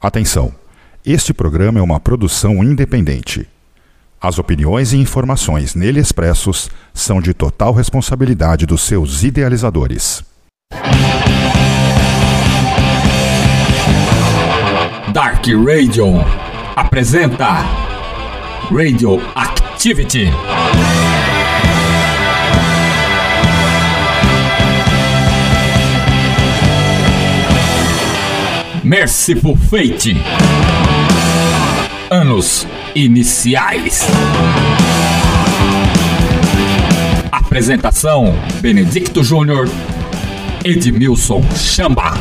Atenção! Este programa é uma produção independente. As opiniões e informações nele expressos são de total responsabilidade dos seus idealizadores. Dark Radio apresenta Radioactivity. Merciful Fate. Anos iniciais. Apresentação: Benedicto Júnior, Edmilson Chamba.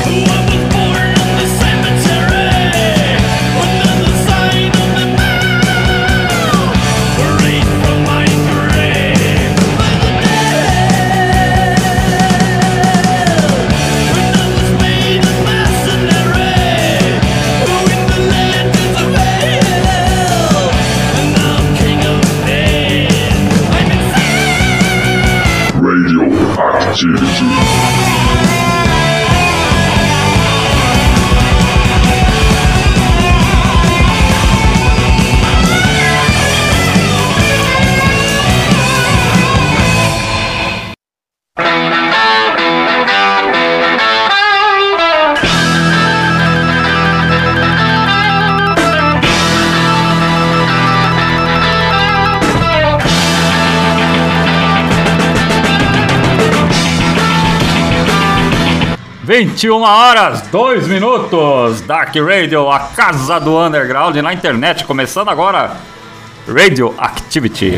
Vinte e 21h02, Dark Radio, a casa do underground na internet, começando agora Radioactivity.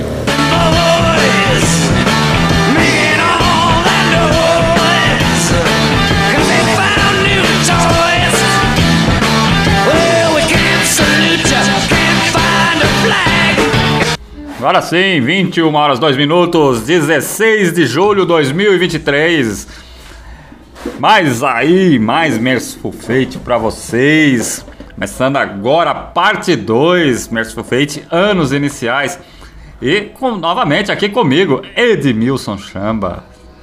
Agora sim, 21h02, 16 de julho de 2023. Mas aí, mais Merciful Fate pra vocês. Começando agora a parte 2, Merciful Fate, anos iniciais. E novamente aqui comigo, Edmilson Chamba.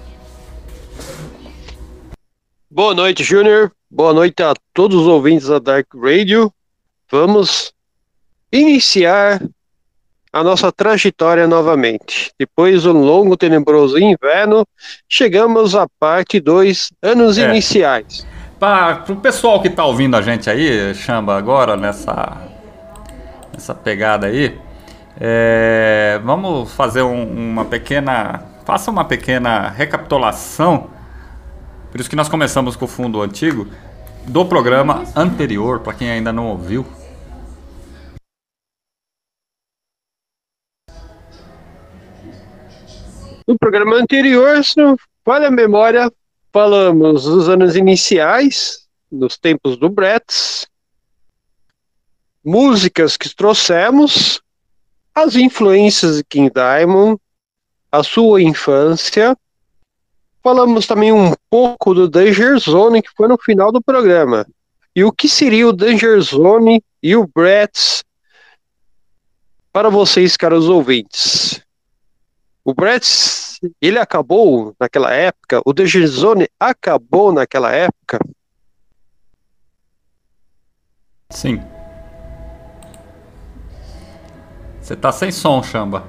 Boa noite, Júnior. Boa noite a todos os ouvintes da Dark Radio. Vamos iniciar a nossa trajetória novamente. Depois de um longo, tenebroso inverno, chegamos à parte 2, anos iniciais. Para o pessoal que está ouvindo a gente aí, Chamba, agora nessa pegada aí, vamos fazer faça uma pequena recapitulação. Por isso que nós começamos com o fundo antigo do programa anterior, para quem ainda não ouviu. No programa anterior, se não falha a memória, falamos dos anos iniciais, dos tempos do Bratz, músicas que trouxemos, as influências de King Diamond, a sua infância. Falamos também um pouco do Danger Zone, que foi no final do programa. E o que seria o Danger Zone e o Bratz para vocês, caros ouvintes? O Bratz, ele acabou naquela época, o Danger Zone acabou naquela época. Sim. Você tá sem som, Chamba.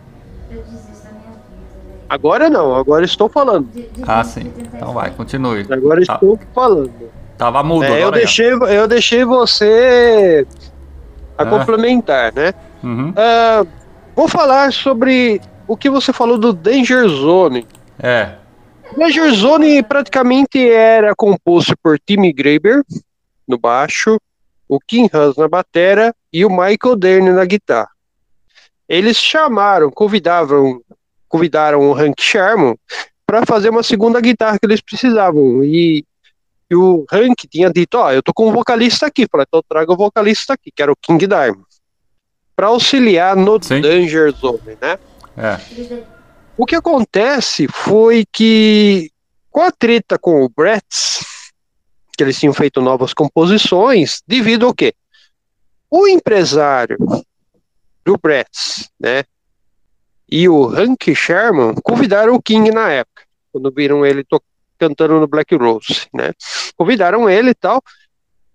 Agora não, agora estou falando. Ah, sim. Então vai, continue. Agora estou falando. Tava mudo agora. Eu deixei você a complementar, né? Uhum. Vou falar sobre o que você falou do Danger Zone. Danger Zone praticamente era composto por Timmy Graber no baixo, o Kim Hans na batera e o Michael Derne na guitarra. Eles convidaram o Hank Sherman para fazer uma segunda guitarra que eles precisavam. E o Hank tinha dito, eu tô com um vocalista aqui. Falei, então traga o vocalista aqui, que era o King Diamond, para auxiliar no Danger Zone, né? O que acontece foi que, com a treta com o Bratz, que eles tinham feito novas composições, devido ao quê? O empresário do Bratz, né, e o Hank Sherman convidaram o King na época, quando viram ele cantando no Black Rose, né? Convidaram ele e tal,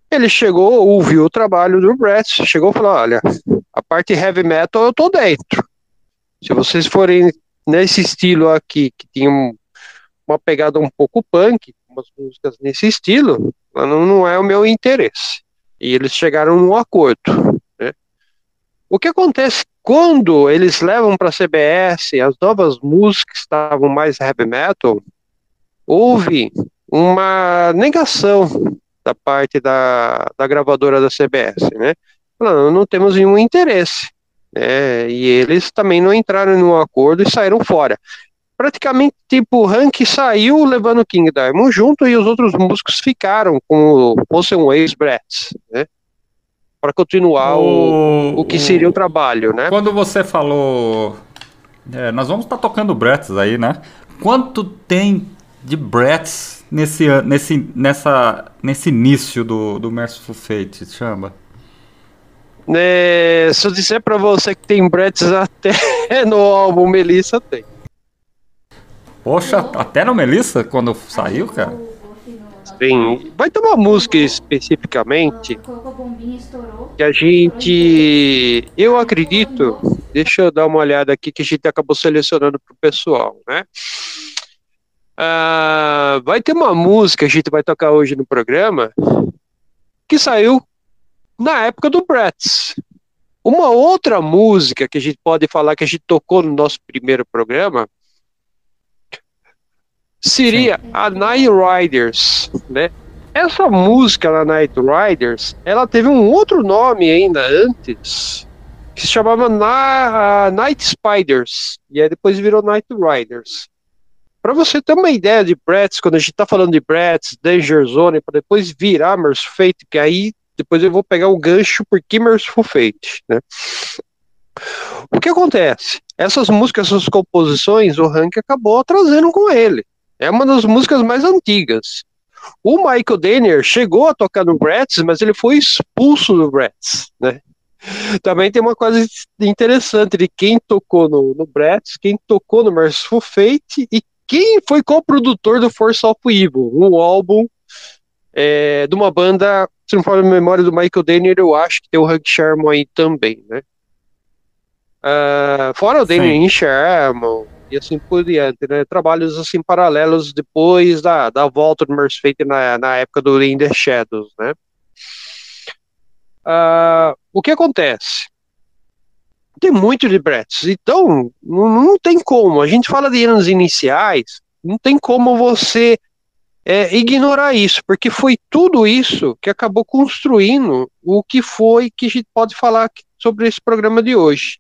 Ele chegou, ouviu o trabalho do Brett, chegou e falou, olha, a parte heavy metal eu tô dentro. Se vocês forem nesse estilo aqui, que tinha uma pegada um pouco punk, umas músicas nesse estilo, não é o meu interesse. E eles chegaram num acordo, né? O que acontece quando eles levam para a CBS as novas músicas que estavam mais heavy metal, houve uma negação da parte da gravadora da CBS, né? Falando, não temos nenhum interesse, né? E eles também não entraram em um acordo e saíram fora. Praticamente, tipo, o Hank saiu levando o King Diamond junto e os outros músicos ficaram com o ex-Brett, né? Para continuar o que seria o trabalho, né? Quando você falou... nós vamos estar tocando Bretts aí, né? Quanto tem de Bretts nesse início do Mercyful Fate, Chamba? Se eu disser para você que tem Bretts até no álbum Melissa, tem. Poxa, até no Melissa, quando saiu, cara? Sim. Vai ter uma música especificamente que a gente... Eu acredito... Deixa eu dar uma olhada aqui que a gente acabou selecionando pro pessoal, né? Vai ter uma música que a gente vai tocar hoje no programa que saiu na época do Bretts. Uma outra música que a gente pode falar que a gente tocou no nosso primeiro programa seria a Night Riders, né? Essa música da Night Riders, ela teve um outro nome ainda antes, que se chamava Night Spiders, e aí depois virou Night Riders. Para você ter uma ideia de Bretts, quando a gente tá falando de Bretts, Danger Zone, para depois virar Mercyful Fate, que aí depois eu vou pegar o gancho por que Mercyful Fate, né? O que acontece? Essas músicas, essas composições, o Hank acabou trazendo com ele. É uma das músicas mais antigas. O Michael Danner chegou a tocar no Bretts, mas ele foi expulso do Bretts, né? Também tem uma coisa interessante de quem tocou no Bretts, quem tocou no Mercyful Fate e quem foi co-produtor do Force of Evil, um álbum de uma banda, se não for a memória do Michael Danner, eu acho que tem o Hank Sherman aí também, né? Fora o Danner em Sherman e assim por diante, né? Trabalhos assim paralelos depois da volta do Mercyful Fate na época do In the Shadows, né? O que acontece? Tem muito de Bretts, então não tem como, a gente fala de anos iniciais, não tem como você ignorar isso, porque foi tudo isso que acabou construindo o que foi que a gente pode falar sobre esse programa de hoje.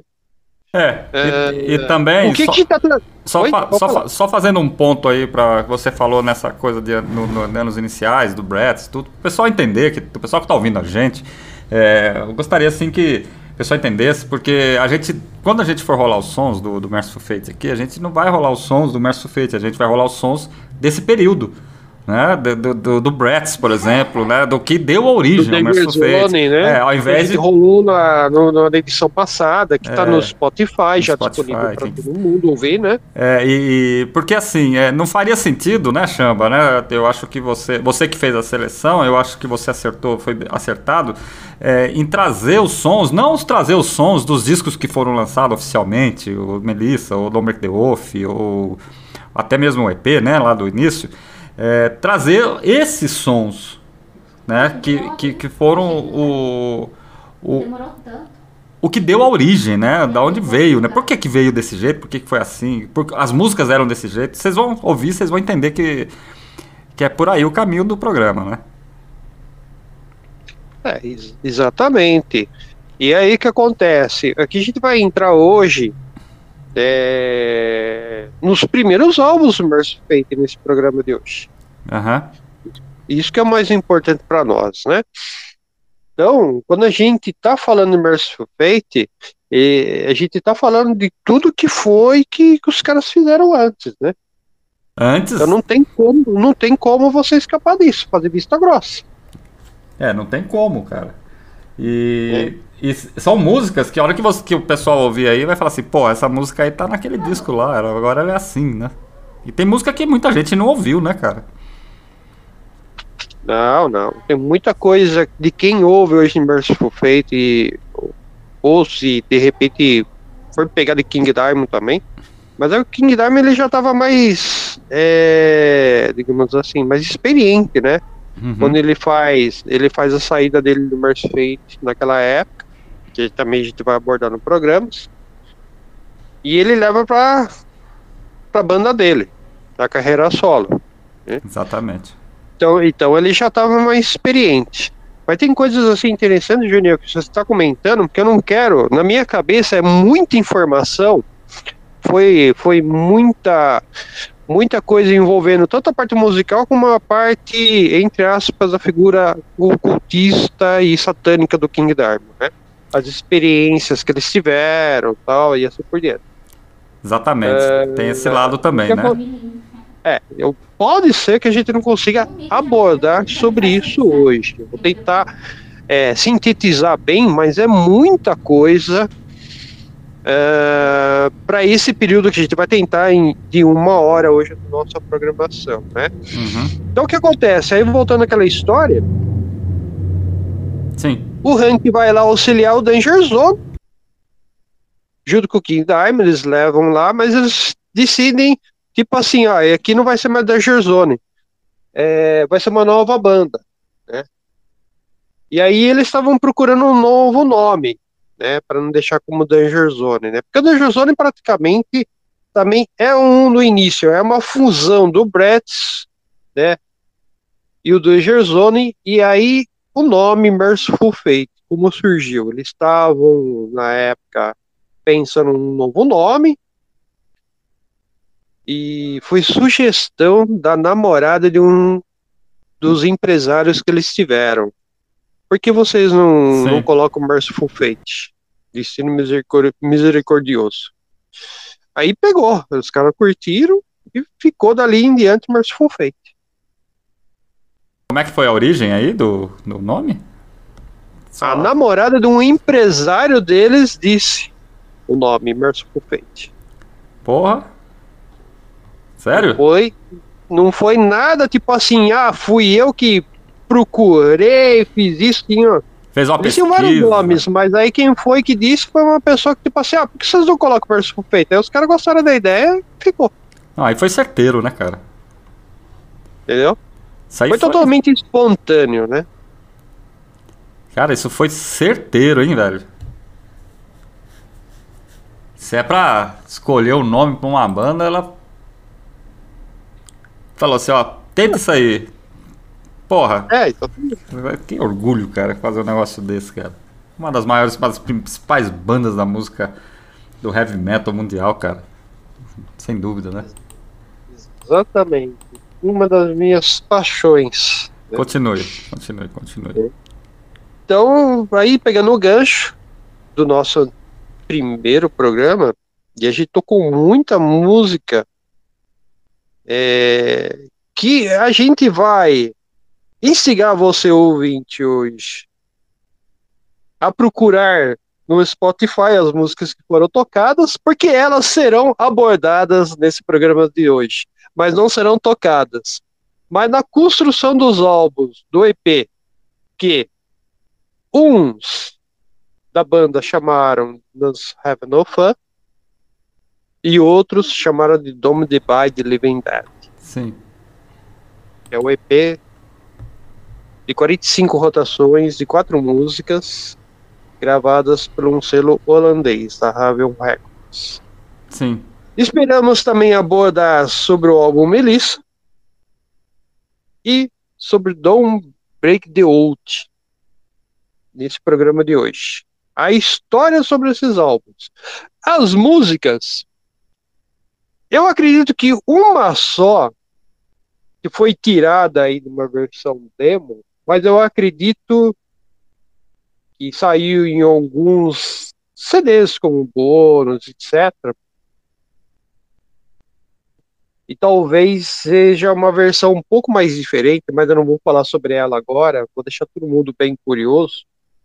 E também, o que só fazendo um ponto aí para você falou nessa coisa de anos iniciais do Bretts, tudo, o pessoal entender, o pessoal que está ouvindo a gente, eu gostaria assim que o pessoal entendesse, porque quando a gente for rolar os sons do Mercyful Fate aqui, a gente não vai rolar os sons do Mercyful Fate, a gente vai rolar os sons desse período, né, do Bretts, por exemplo, né, do que deu origem ao Mercyful Fate, né? Ao invés de rolou na edição passada, que está no Spotify, já disponível para todo mundo ouvir, né? Porque assim, não faria sentido, né, Chamba, né? Eu acho que você que fez a seleção, eu acho que você foi acertado em trazer os sons, não trazer os sons dos discos que foram lançados oficialmente, o Melissa, o Don't Break the Wolf, ou até mesmo o EP, né, lá do início. Trazer esses sons, né, que foram demorou tanto. O que deu a origem, né, da onde veio, né, por que veio desse jeito, por que foi assim, porque as músicas eram desse jeito, vocês vão ouvir, vocês vão entender que é por aí o caminho do programa, né. Exatamente. E aí o que acontece? Aqui a gente vai entrar hoje nos primeiros álbuns do Mercyful Fate nesse programa de hoje. Isso que é o mais importante para nós, né? Então, quando a gente tá falando de Mercyful Fate, a gente tá falando de tudo que foi que os caras fizeram antes, né? Então não tem como você escapar disso, fazer vista grossa. Não tem como, cara. E são músicas que a hora que o pessoal ouvir aí vai falar assim, pô, essa música aí tá naquele disco lá, agora ela é assim, né? E tem música que muita gente não ouviu, né, cara? Não. Tem muita coisa de quem ouve hoje em Merciful Fate ou se de repente for pegar de King Diamond também. Mas o King Diamond ele já tava mais, digamos assim, mais experiente, né? Quando ele faz a saída dele do Merciful Fate naquela época, que também a gente vai abordar no programa. E ele leva pra banda dele, na carreira solo. Né? Exatamente. Então ele já estava mais experiente. Mas tem coisas assim interessantes, Junior, que você está comentando, porque eu não quero. Na minha cabeça é muita informação. Foi muita coisa envolvendo tanto a parte musical como a parte, entre aspas, a figura ocultista e satânica do King Diamond, né? As experiências que eles tiveram, tal, e assim por diante. Exatamente. Tem esse lado também, né? Pode ser que a gente não consiga abordar sobre isso hoje. Eu vou tentar sintetizar bem, mas é muita coisa para esse período que a gente vai tentar de 1 hora hoje na nossa programação, né? Então o que acontece? Aí voltando àquela história, sim, o Hank vai lá auxiliar o Danger Zone junto com o King Diamond, eles levam lá, mas eles decidem tipo assim, aqui não vai ser mais Danger Zone, vai ser uma nova banda, né? E aí eles estavam procurando um novo nome, né, para não deixar como Danger Zone, né? Porque o Danger Zone praticamente também é no início, é uma fusão do Bratz, né, e o Danger Zone, e aí o nome Merciful Fate, como surgiu? Eles estavam, na época, pensando num novo nome, e foi sugestão da namorada de um dos empresários que eles tiveram. Por que vocês não colocam Merciful Fate? Destino misericordioso. Aí pegou, os caras curtiram e ficou dali em diante Merciful Fate. Como é que foi a origem aí do nome? A namorada de um empresário deles disse o nome Merciful Fate. Porra. Sério? Não foi nada tipo assim, fui eu que procurei, fiz isso, tinha. Fez uma pesquisa. Tinham vários nomes, mas aí quem foi que disse foi uma pessoa que tipo assim, por que vocês não colocam Merciful Fate? Aí os caras gostaram da ideia e ficou. Aí foi certeiro, né, cara? Entendeu? Foi totalmente espontâneo, né? Cara, isso foi certeiro, hein, velho? Se é pra escolher o nome pra uma banda, ela falou assim, tenta isso aí. Porra. Que orgulho, cara, fazer um negócio desse, cara. Uma das maiores, das principais bandas da música do heavy metal mundial, cara. Sem dúvida, né? Exatamente. Uma das minhas paixões. Né? Continue. Então, aí pegando o gancho do nosso primeiro programa, e a gente tocou muita música que a gente vai instigar você, ouvinte, hoje a procurar no Spotify as músicas que foram tocadas, porque elas serão abordadas nesse programa de hoje, mas não serão tocadas. Mas na construção dos álbuns do EP, que uns da banda chamaram Does Have No Fun e outros chamaram de Domed by the Living Dead. Sim. É o EP de 45 rotações de 4 músicas gravadas por um selo holandês, da Ravel Records. Sim. Esperamos também abordar sobre o álbum Melissa e sobre Don't Break the Oath nesse programa de hoje. A história sobre esses álbuns. As músicas, eu acredito que uma só que foi tirada aí de uma versão demo, mas eu acredito que saiu em alguns CDs como bônus, etc. E talvez seja uma versão um pouco mais diferente, mas eu não vou falar sobre ela agora, vou deixar todo mundo bem curioso.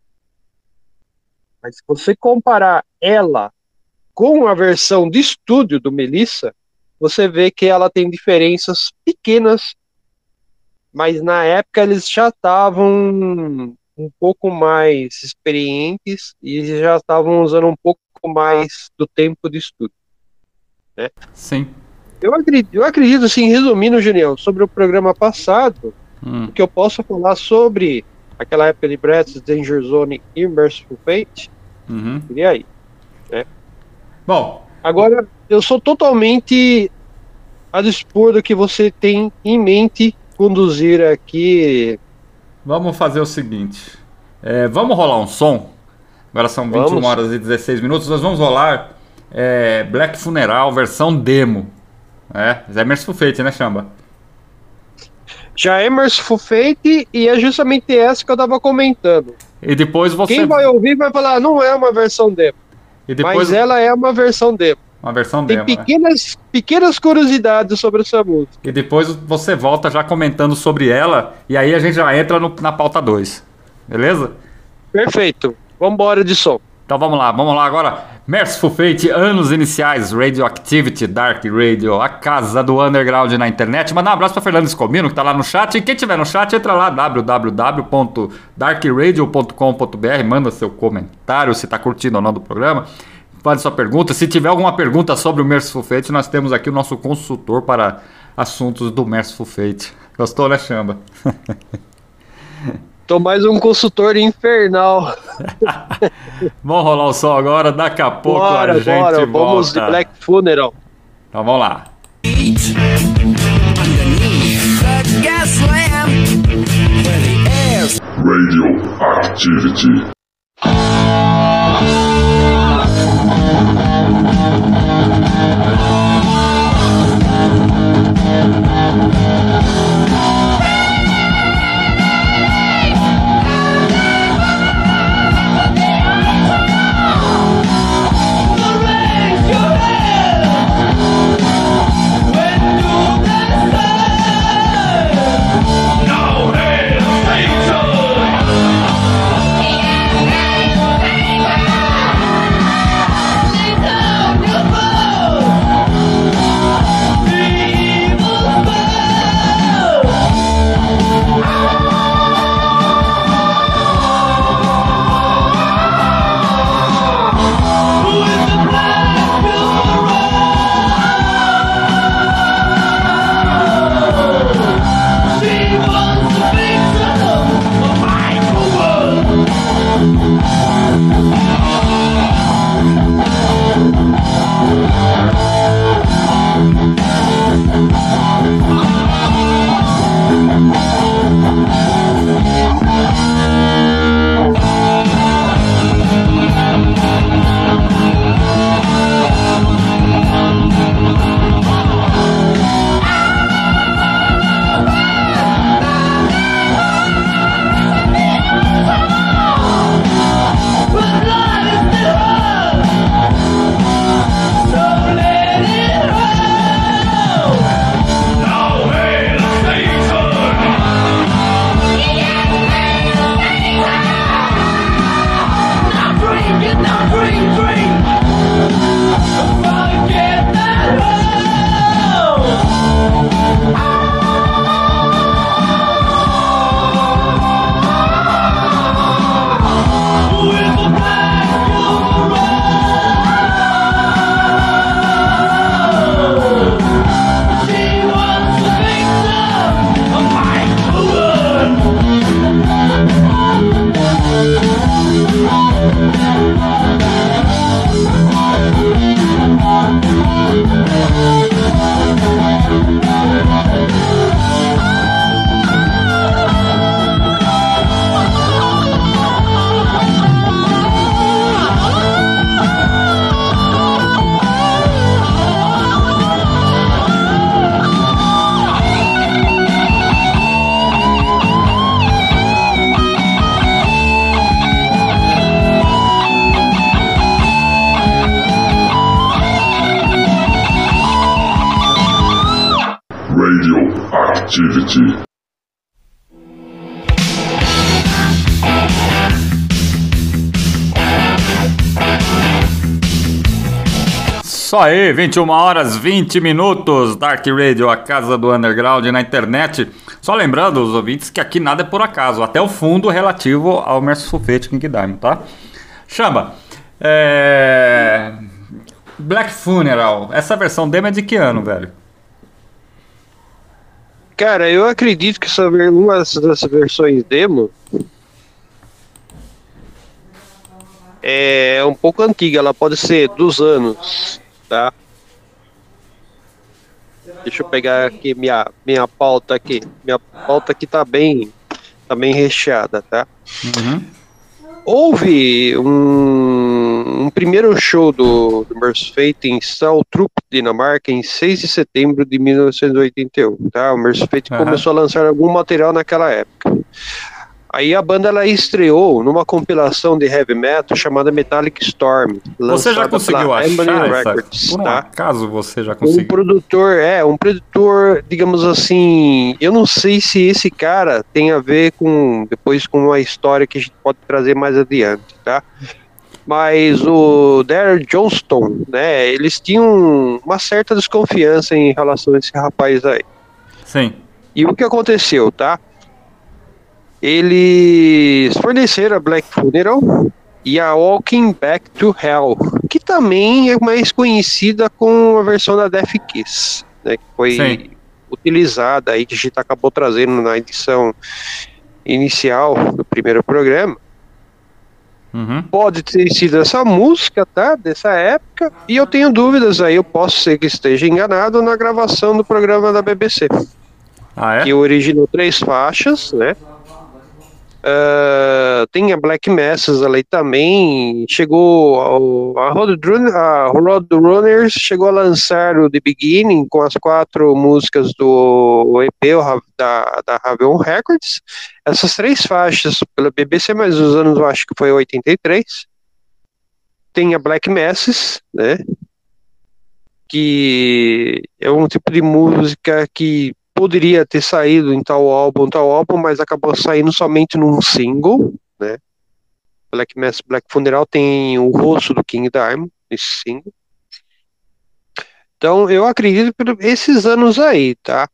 Mas se você comparar ela com a versão de estúdio do Melissa, você vê que ela tem diferenças pequenas mas na época eles já estavam um pouco mais experientes e já estavam usando um pouco mais do tempo de estudo, né? Sim. Eu acredito, assim, resumindo, Julião, sobre o programa passado, o que eu posso falar sobre aquela época de Bratz, Danger Zone e Merciful Fate, seria aí, né? Bom, agora, eu sou totalmente a dispor do que você tem em mente conduzir aqui. Vamos fazer o seguinte, vamos rolar um som. Agora são 21 horas e 16 minutos. Nós vamos rolar Black Funeral, versão demo. É Merciful Fate, né, Chamba? Já é Merciful Fate e é justamente essa que eu tava comentando. E depois você... Quem vai ouvir vai falar, não é uma versão demo. E depois... Mas ela é uma versão demo. Uma versão Tem demo, pequenas curiosidades sobre essa música. E depois você volta já comentando sobre ela, e aí a gente já entra na pauta 2. Beleza? Perfeito. Vambora de som. Então vamos lá agora. Merciful Fate, anos iniciais, Radioactivity, Dark Radio, a casa do underground na internet. Mandar um abraço pra Fernando Escomino, que tá lá no chat. E quem tiver no chat, entra lá, www.darkradio.com.br, manda seu comentário, se tá curtindo ou não do programa. Faz sua pergunta. Se tiver alguma pergunta sobre o Merciful Fate, nós temos aqui o nosso consultor para assuntos do Merciful Fate. Gostou, né, Chamba? Tô mais um consultor infernal. Vamos rolar o som agora, daqui a pouco bora, a gente volta. Vamos de Black Funeral. Então vamos lá. Radioactivity. Radioactivity. Só aí, 21 horas 20 minutos, Dark Radio, a casa do underground na internet. Só lembrando os ouvintes que aqui nada é por acaso, até o fundo relativo ao Merciful Fate King Diamond, tá? Chamba, Black Funeral, essa versão demo é de que ano, velho? Cara, eu acredito que uma dessas versões demo é um pouco antiga, ela pode ser dos anos, tá? Deixa eu pegar aqui minha pauta aqui. Minha pauta aqui tá bem recheada, tá? Uhum. Houve um primeiro show do Merciful Fate em Saltrup, Dinamarca, em 6 de setembro de 1981, tá? O Merciful Fate começou a lançar algum material naquela época. Aí a banda ela estreou numa compilação de heavy metal chamada Metallic Storm. Você já conseguiu achar Records, Por um tá? acaso você já conseguiu? Um produtor, digamos assim, eu não sei se esse cara tem a ver depois com uma história que a gente pode trazer mais adiante, tá? Mas o Darren Johnston, né, eles tinham uma certa desconfiança em relação a esse rapaz aí. Sim. E o que aconteceu, tá? Eles forneceram a Black Funeral e a Walking Back to Hell, que também é mais conhecida com a versão da Death Kiss, né, que foi utilizada aí, que a gente acabou trazendo na edição inicial do primeiro programa. Uhum. Pode ter sido essa música, tá? Dessa época, e eu tenho dúvidas aí, eu posso ser que esteja enganado na gravação do programa da BBC. Ah, é? Que originou 3 faixas, né? Tem a Black Masses ali também. Chegou a Roadrunners chegou a lançar o The Beginning com as 4 músicas do EP da Raven Records. Essas 3 faixas pela BBC, mas os anos eu acho que foi 83. Tem a Black Masses, né, que é um tipo de música que poderia ter saído em tal álbum, mas acabou saindo somente num single, né? Black Mass, Black Funeral tem o rosto do King Diamond nesse single. Então eu acredito por esses anos aí, tá?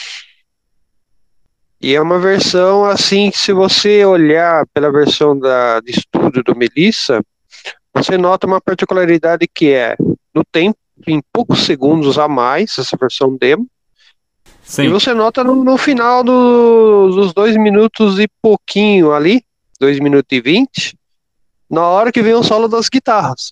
E é uma versão assim que, se você olhar pela versão de estúdio do Melissa, você nota uma particularidade que é no tempo, em poucos segundos a mais, essa versão demo. Sim. E você nota no final dos 2 minutos e pouquinho ali, 2 minutos e 20, na hora que vem o solo das guitarras.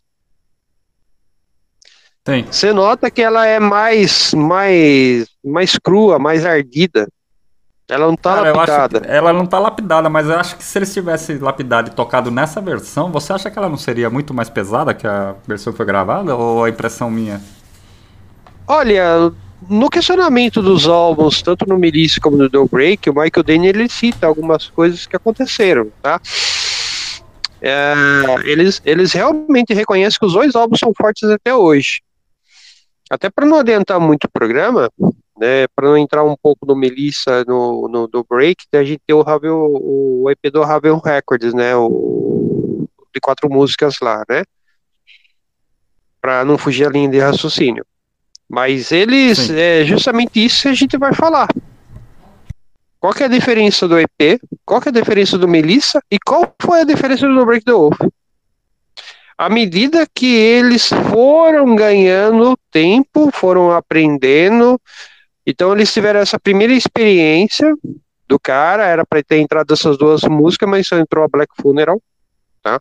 Sim. Você nota que ela é mais crua, mais ardida. Ela não tá lapidada. Ela não tá lapidada, mas eu acho que se eles tivessem lapidado e tocado nessa versão, você acha que ela não seria muito mais pesada que a versão que foi gravada? Ou a impressão minha? Olha, no questionamento dos álbuns, tanto no Melissa como no The Break, o Michael Dane ele cita algumas coisas que aconteceram, tá? Eles realmente reconhecem que os 2 álbuns são fortes até hoje. Até para não adiantar muito o programa, né, para não entrar um pouco no Melissa, no The Break, a gente tem o EP do Raven Records, né, de 4 músicas lá, né? Para não fugir a linha de raciocínio. Mas eles, justamente isso que a gente vai falar. Qual que é a diferença do EP? Qual que é a diferença do Melissa? E qual foi a diferença do Break the Wolf? À medida que eles foram ganhando tempo, foram aprendendo, então eles tiveram essa primeira experiência do cara, era para ter entrado essas 2 músicas, mas só entrou a Black Funeral, tá?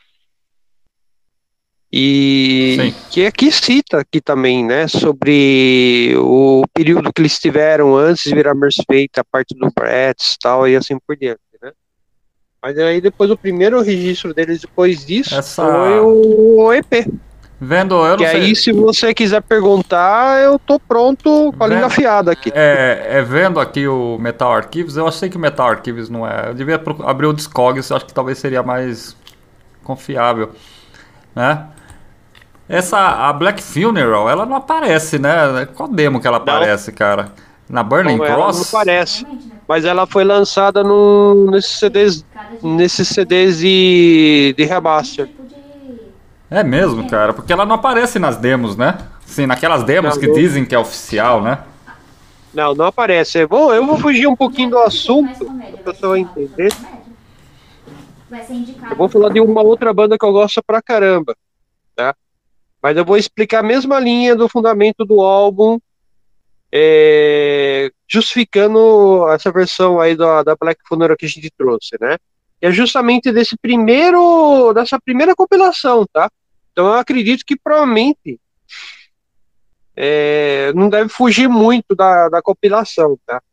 E que aqui cita aqui também, né, sobre o período que eles tiveram antes de virar Merciful Fate, a parte do Bratz e tal, e assim por diante, né? Mas aí depois o primeiro registro deles depois disso foi o EP. Vendo, eu que não sei. Aí se você quiser perguntar, eu tô pronto com a língua afiada aqui. Vendo aqui o Metal Archives, eu achei que o Metal Archives não é. Eu devia abrir o Discogs, eu acho que talvez seria mais confiável, né? A Black Funeral, ela não aparece, né? Qual demo que ela aparece, cara? Na Burning Cross? Ela não aparece. Mas ela foi lançada nesses CDs de remaster. É mesmo, cara? Porque ela não aparece nas demos, né? Sim, naquelas demos que dizem que é oficial, né? Não, não aparece. Bom, eu vou fugir um pouquinho do assunto, para a pessoa entender. Eu vou falar de uma outra banda que eu gosto pra caramba, tá? Mas eu vou explicar a mesma linha do fundamento do álbum, justificando essa versão aí da Black Funeral que a gente trouxe, né? É justamente dessa primeira compilação, tá? Então eu acredito que provavelmente não deve fugir muito da compilação, tá?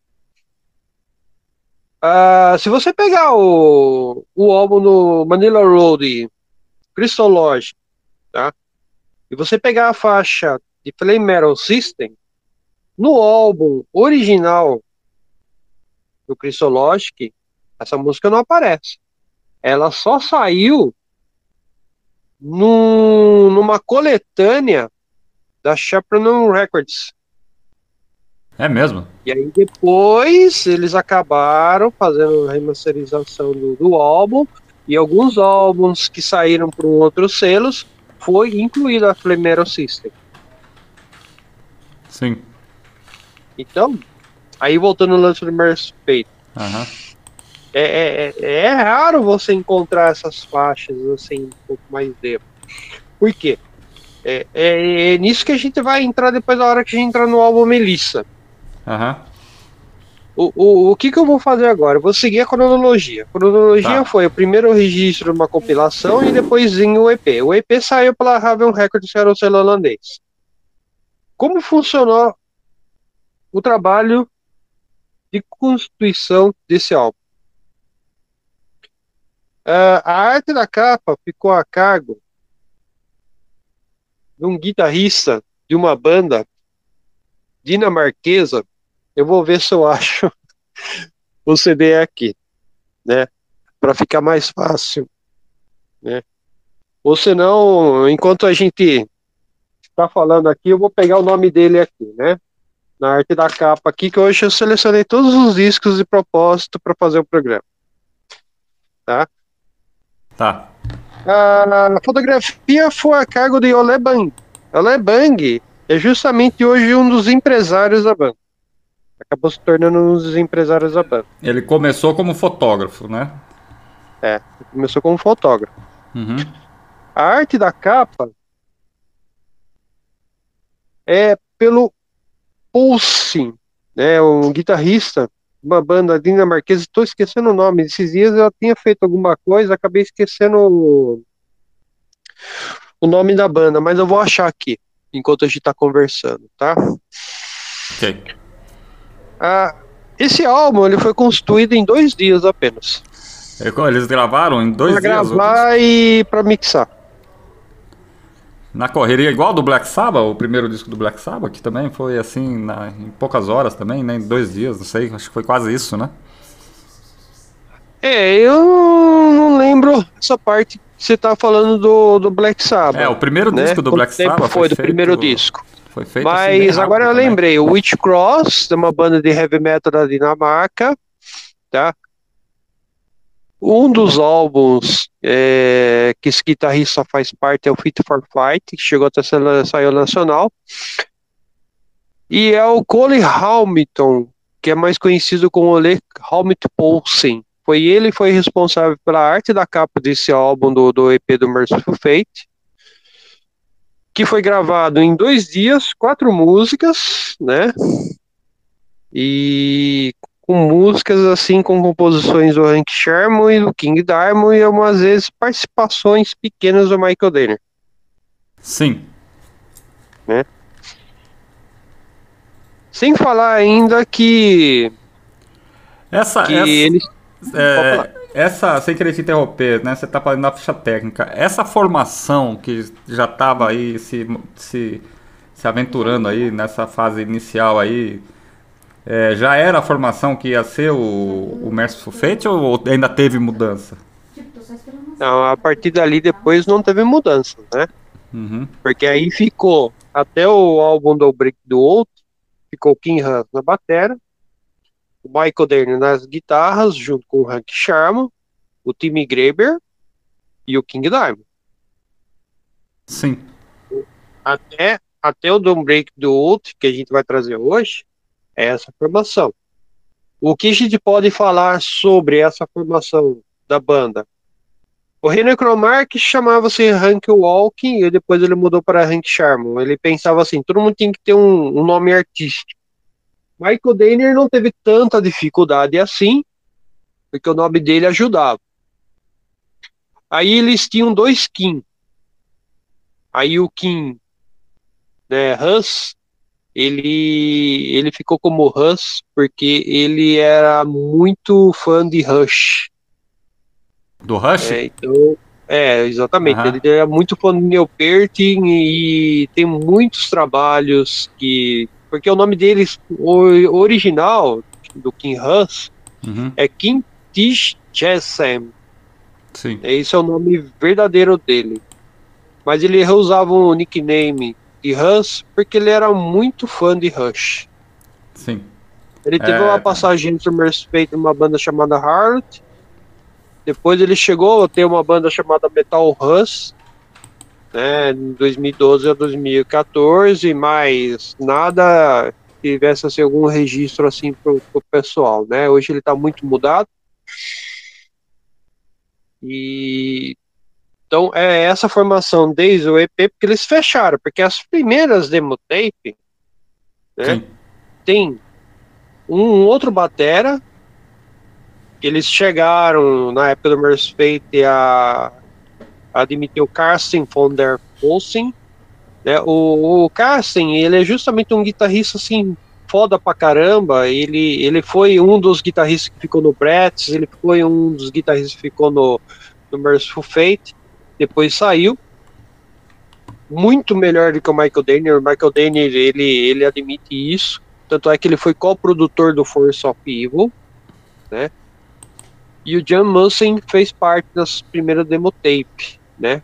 Se você pegar o álbum do Manila Road, Crystal Lodge, tá? E você pegar a faixa de Flame Metal System, no álbum original do Crystal Lodge, essa música não aparece. Ela só saiu numa coletânea da Chaperone Records. É mesmo? E aí depois eles acabaram fazendo a remasterização do álbum, e alguns álbuns que saíram para outros selos foi incluída a Flame Metal System. Sim. Então, aí voltando no lance do Mercy Fate. Uhum. É raro você encontrar essas faixas assim, um pouco mais demo. Por quê? É nisso que a gente vai entrar depois da hora que a gente entrar no álbum Melissa. Uhum. O que eu vou fazer agora? Eu vou seguir a cronologia. A cronologia foi o primeiro registro de uma compilação e depois vinha o EP. O EP saiu pela Raven Records, que era o selo holandês. Como funcionou o trabalho de constituição desse álbum? A arte da capa ficou a cargo de um guitarrista de uma banda dinamarquesa. Eu vou ver se eu acho o CD aqui, né? Para ficar mais fácil, né? Ou senão, enquanto a gente está falando aqui, eu vou pegar o nome dele aqui, né? Na arte da capa aqui, que hoje eu selecionei todos os discos de propósito para fazer o programa. Tá? Tá. A fotografia foi a cargo de Ole Bang. Ole Bang é justamente hoje um dos empresários da banda. Acabou se tornando um dos empresários da banda. Ele começou como fotógrafo, né? Começou como fotógrafo. Uhum. A arte da capa é pelo Poulsen, né, um guitarrista de uma banda dinamarquesa. Estou esquecendo o nome. Esses dias eu tinha feito alguma coisa, acabei esquecendo o nome da banda, mas eu vou achar aqui, enquanto a gente está conversando, tá? Ok. Esse álbum ele foi construído em 2 dias apenas. Eles gravaram em 2 dias? Para gravar e para mixar. Na correria, igual do Black Sabbath, o primeiro disco do Black Sabbath, que também foi assim, em poucas horas também, né? Em 2 dias, não sei, acho que foi quase isso, né? Eu não lembro essa parte que você tá falando do Black Sabbath. O primeiro disco do Black Sabbath foi do primeiro disco. Foi feito Mas assim, agora eu também. lembrei, o Witch Cross, de uma banda de heavy metal da Dinamarca, tá? Um dos álbuns que esse guitarrista faz parte é o Fit for Fight, que chegou até saiu nacional. E é o Cole Hamilton, que é mais conhecido como Ole Hamilton Poulsen. Ele foi responsável pela arte da capa desse álbum do EP do Merciful Fate, que foi gravado em 2 dias, 4 músicas, né? E com músicas assim, com composições do Hank Sherman e do King Diamond, e algumas vezes participações pequenas do Michael Danner. Sim. Né? Sem falar ainda que sem querer te interromper, né? Você tá falando da ficha técnica. Essa formação que já estava aí se aventurando aí nessa fase inicial aí, já era a formação que ia ser o Merciful Fate ou ainda teve mudança? Não, a partir dali depois não teve mudança, né? Uhum. Porque aí ficou até o álbum do Break do Out, ficou o King Hans na batera, o Michael Danner nas guitarras, junto com o Hank Sherman, o Timmy Graber e o King Diamond. Sim. Até o Don't Break do Out, que a gente vai trazer hoje, essa formação. O que a gente pode falar sobre essa formação da banda? O René Cromark chamava-se Hank Walking e depois ele mudou para Hank Sharman. Ele pensava assim, todo mundo tem que ter um nome artístico. Michael Danner não teve tanta dificuldade assim, porque o nome dele ajudava. Aí eles tinham 2 Kim. Aí o Kim, né, Russ, ele ficou como Russ porque ele era muito fã de Rush. Do Rush? Então, exatamente. Ele era muito fã de Neil Peart e tem muitos trabalhos que... Porque o nome deles, o original do Kim Russ, é Kim Tish Jessam. Sim. Esse é o nome verdadeiro dele. Mas ele reusava o nickname de Russ porque ele era muito fã de Rush. Sim. Ele teve uma passagem entre o Mercyfate numa banda chamada Harlot. Depois ele chegou a ter uma banda chamada Metal Russ, né, em 2012 a 2014, mas nada tivesse assim, algum registro assim pro pessoal, né? Hoje ele tá muito mudado. E então é essa formação desde o EP, porque eles fecharam, porque as primeiras demo tape, né, tem um outro batera. Eles chegaram, na época do Mercyfate, a admitir o Carsten von der Pulsen, né? O Carsten, ele é justamente um guitarrista, assim, foda pra caramba. Ele foi um dos guitarristas que ficou no Bratz, ele foi um dos guitarristas que ficou no Mercyful Fate, depois saiu. Muito melhor do que o Michael Danner. O Michael Danner, ele admite isso. Tanto é que ele foi co-produtor do Force of Evil, né? E o Jan Mussen fez parte das primeiras demo tape, né?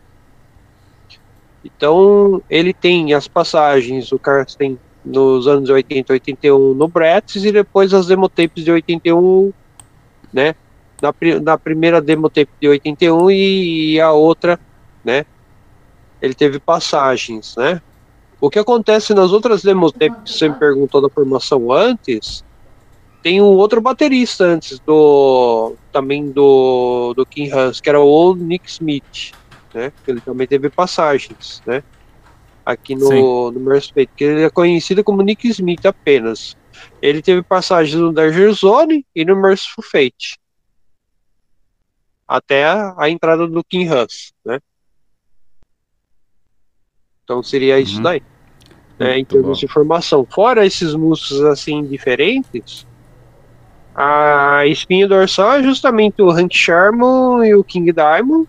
Então, ele tem as passagens, o Carsten nos anos 80 e 81 no Bratz, e depois as demo tapes de 81, né? Na primeira demo tape de 81 e a outra, né? Ele teve passagens, né? O que acontece nas outras demo tapes que você me perguntou da formação antes... Tem um outro baterista antes também do Kim Russ, que era o Nick Smith, né? Ele também teve passagens, né? Aqui no Mercyfate, que ele é conhecido como Nick Smith apenas. Ele teve passagens no Danger Zone e no Mercyful Fate. Até a entrada do Kim Russ, né? Então seria isso daí. Né, em termos de formação. Fora esses músicos assim diferentes, a espinha dorsal é justamente o Hank Sharman e o King Diamond.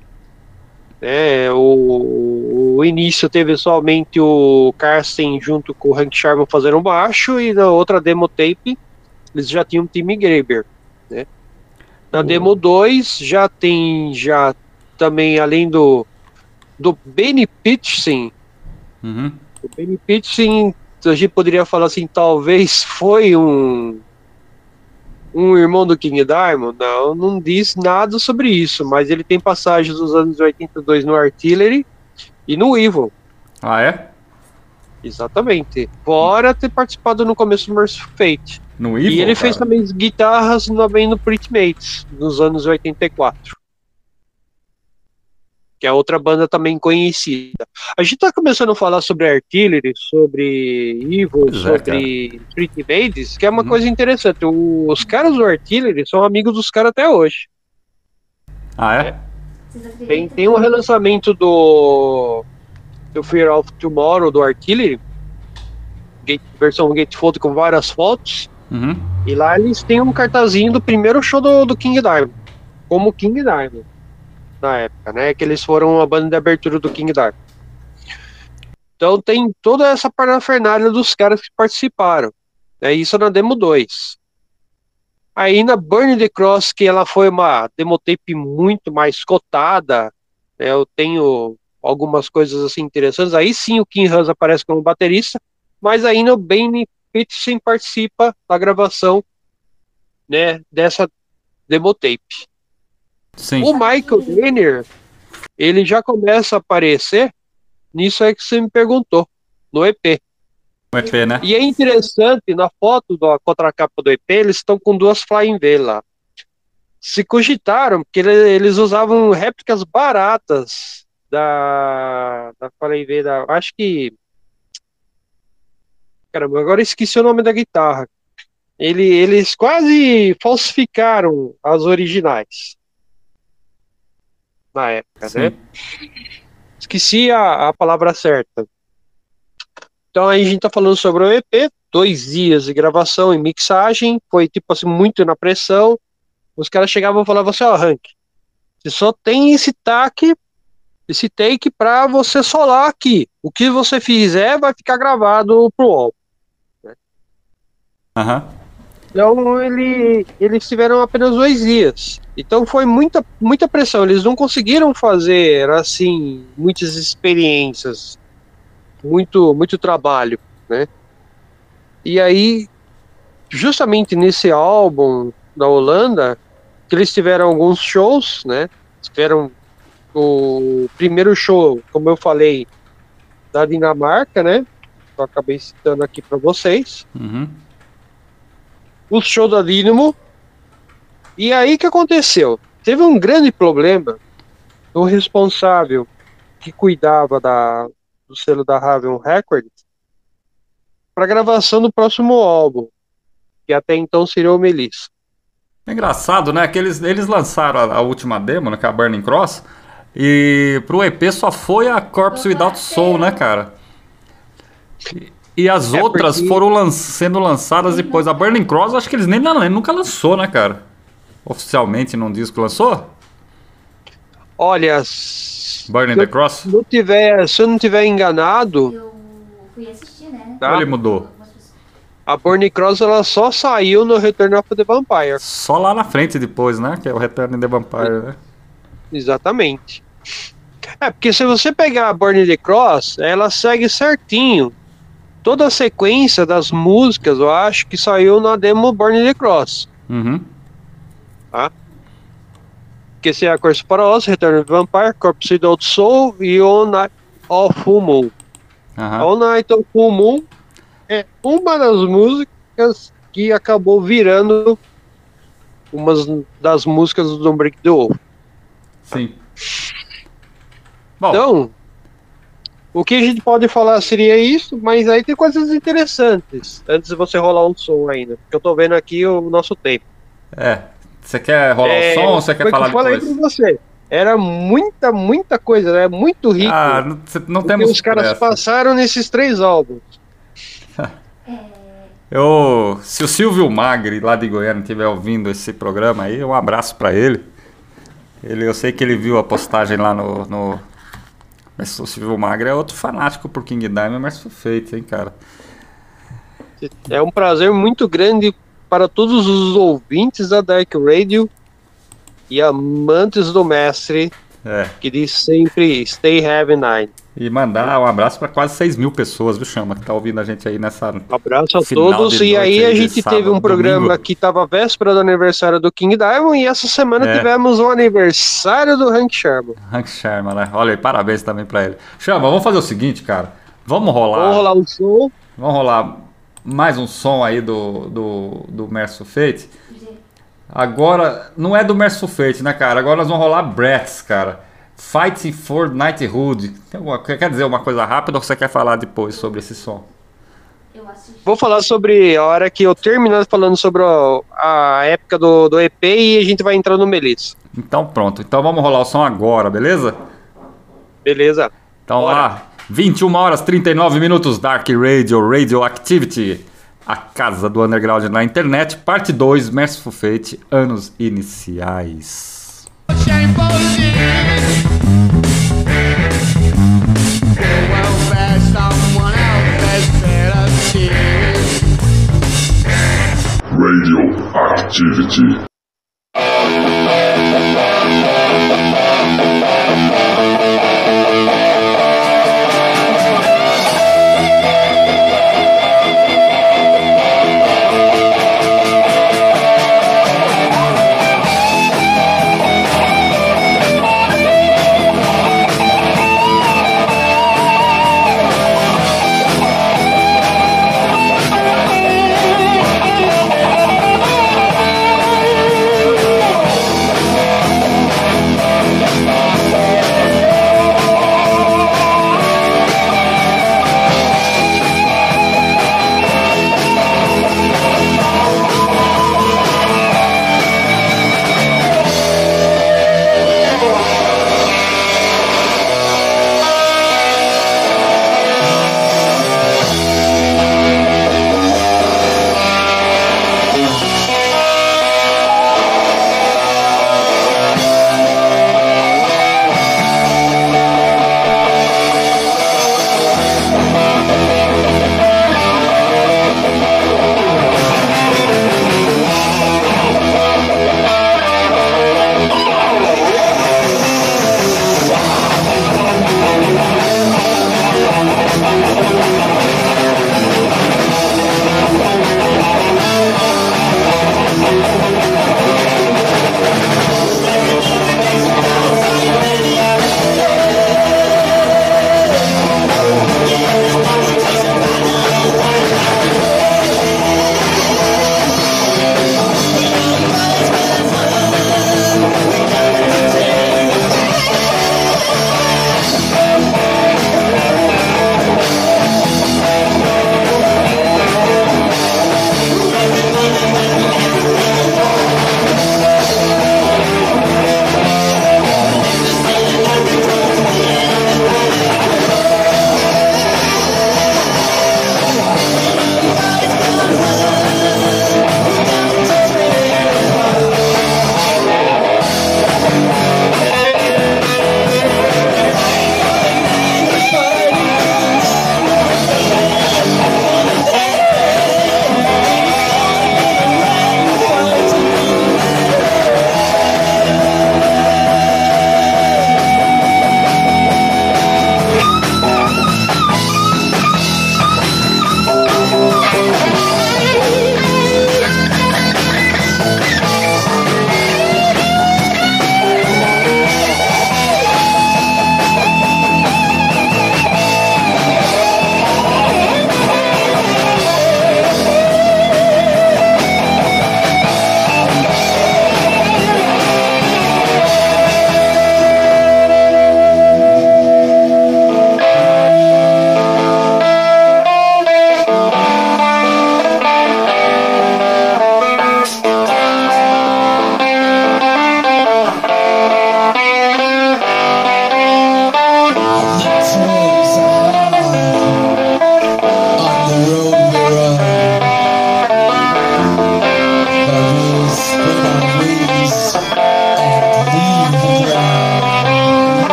O início teve somente o Carsten junto com o Hank Sharman fazendo baixo, e na outra demo tape eles já tinham o Timmy Graber, né? Na demo 2 já tem também, além do Benny Pitching. O Benny Pitching, a gente poderia falar assim, talvez foi um irmão do King Diamond. Não diz nada sobre isso, mas ele tem passagens dos anos 82 no Artillery e no Evil. Ah, é? Exatamente. Fora ter participado no começo do Mercyful Fate. No Evil, e ele fez também guitarras também no Pretty Mates, nos anos 84. Que é outra banda também conhecida. A gente tá começando a falar sobre Artillery, sobre Evil, sobre Pretty Mates, que é uma coisa interessante. Os caras do Artillery são amigos dos caras até hoje. Ah, é? Tem um relançamento do Fear of Tomorrow, do Artillery, versão gatefold com várias fotos, e lá eles têm um cartazinho do primeiro show do King Diamond, como King Diamond. Na época, né, que eles foram a banda de abertura do King Diamond. Então tem toda essa parafernália dos caras que participaram, né, isso na demo 2. Aí na Burn the Cross, que ela foi uma demo tape muito mais cotada, né, eu tenho algumas coisas assim interessantes. Aí sim o Kim Russ aparece como baterista, mas aí no Benny Pitching participa da gravação, né, dessa demo tape. Sim. O Michael Danner, ele já começa a aparecer nisso aí que você me perguntou, no EP. O EP, né? E é interessante, na foto da contracapa do EP, eles estão com 2 Flying V lá. Se cogitaram, porque eles usavam réplicas baratas da Flying V, acho que... Caramba, agora esqueci o nome da guitarra. Eles quase falsificaram as originais na época, Sim. né? Esqueci a palavra certa. Então aí a gente tá falando sobre o EP, 2 dias de gravação e mixagem, foi tipo assim, muito na pressão. Os caras chegavam e falavam assim, ó, Hank, você só tem esse take pra você solar aqui. O que você fizer vai ficar gravado pro álbum. Aham. Então eles tiveram apenas 2 dias. Então foi muita pressão. Eles não conseguiram fazer assim muitas experiências, muito trabalho, né? E aí, justamente nesse álbum da Holanda, que eles tiveram alguns shows, né? Tiveram o primeiro show, como eu falei, da Dinamarca, né? Eu acabei citando aqui para vocês. Uhum. O show da Dynamo. E aí o que aconteceu? Teve um grande problema. O responsável que cuidava do selo da Raven Records para gravação do próximo álbum, que até então seria o Melissa. É engraçado, né? Que eles lançaram a última demo, né? Que é a Burning Cross, e pro EP só foi a Corpse Without Soul, né, cara? E as outras porque... foram sendo lançadas depois. A Burning Cross, acho que eles nunca lançou, né, cara? Oficialmente num disco lançou? Olha, Burning the Cross? Se eu não tiver enganado, Eu fui assistir, né? tá? Ou ele mudou? A Burning Cross ela só saiu no Return of the Vampire. Só lá na frente depois, né? Que é o Return of the Vampire, né? Exatamente. Porque se você pegar a Burning the Cross, ela segue certinho toda a sequência das músicas, eu acho que saiu na demo Burning the Cross. Uhum. Tá? Que se é a Curse para Oz, Return of the Vampire, Corpse Without Soul e All Night of Full Moon. Uhum. All Night of Full Moon é uma das músicas que acabou virando uma das músicas do Don't Break the Wolf. Sim. Bom, Então, o que a gente pode falar seria isso, mas aí tem coisas interessantes antes de você rolar um som ainda, porque eu tô vendo aqui o nosso tempo. você quer rolar o som ou você quer falar depois? Eu falei com você. Era muita coisa, né? Muito rico. Não que temos os caras pressa. passaram nesses 3 álbuns. Se o Silvio Magri, lá de Goiânia, estiver ouvindo esse programa aí, um abraço pra ele. Eu sei que ele viu a postagem lá no... Mas o Silvio Magri é outro fanático por King Diamond, mas feito, hein, cara? É um prazer muito grande para todos os ouvintes da Dark Radio e amantes do mestre, que diz sempre Stay Heavy Nine. E mandar um abraço para quase 6 mil pessoas, viu, Chama, que tá ouvindo a gente aí nessa... Abraço a todos. E aí a gente teve um programa que tava véspera do aniversário do King Diamond, e essa semana tivemos um aniversário do Hank Sherman. Hank Sherman, né? Olha aí, parabéns também para ele. Chama, vamos fazer o seguinte, cara. Vamos rolar um som. Vamos rolar mais um som aí do Merciful Fate. Agora, não é do Merciful Fate, né, cara? Agora nós vamos rolar Bratz, cara. Fighting for Knighthood. Quer dizer uma coisa rápida ou você quer falar depois sobre esse som? Vou falar sobre a hora que eu terminar falando sobre a época do EP e a gente vai entrar no Melissa. Então pronto. Então vamos rolar o som agora, beleza? Beleza. Então lá, 21 horas 39 minutos, Dark Radio, Radioactivity. A casa do underground na internet, parte 2, Merciful Fate, anos iniciais. Radioactivity.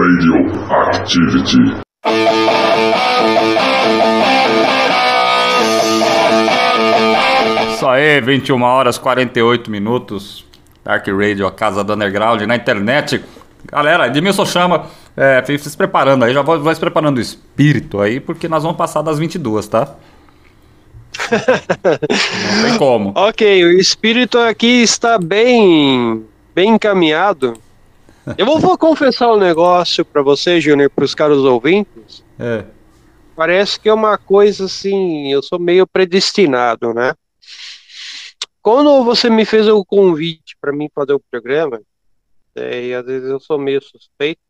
Radioactivity. Isso aí, 21 horas 48 minutos. Dark Radio, a casa do underground na internet. Galera, Edmilson chama. Fique se preparando aí, já vai se preparando o espírito aí, porque nós vamos passar das 22, tá? Não tem como. Ok, o espírito aqui está bem encaminhado. Eu vou confessar um negócio para você, Júnior, para os caros ouvintes. Parece que é uma coisa assim, eu sou meio predestinado, né? Quando você me fez o convite para mim fazer o programa, e às vezes eu sou meio suspeito,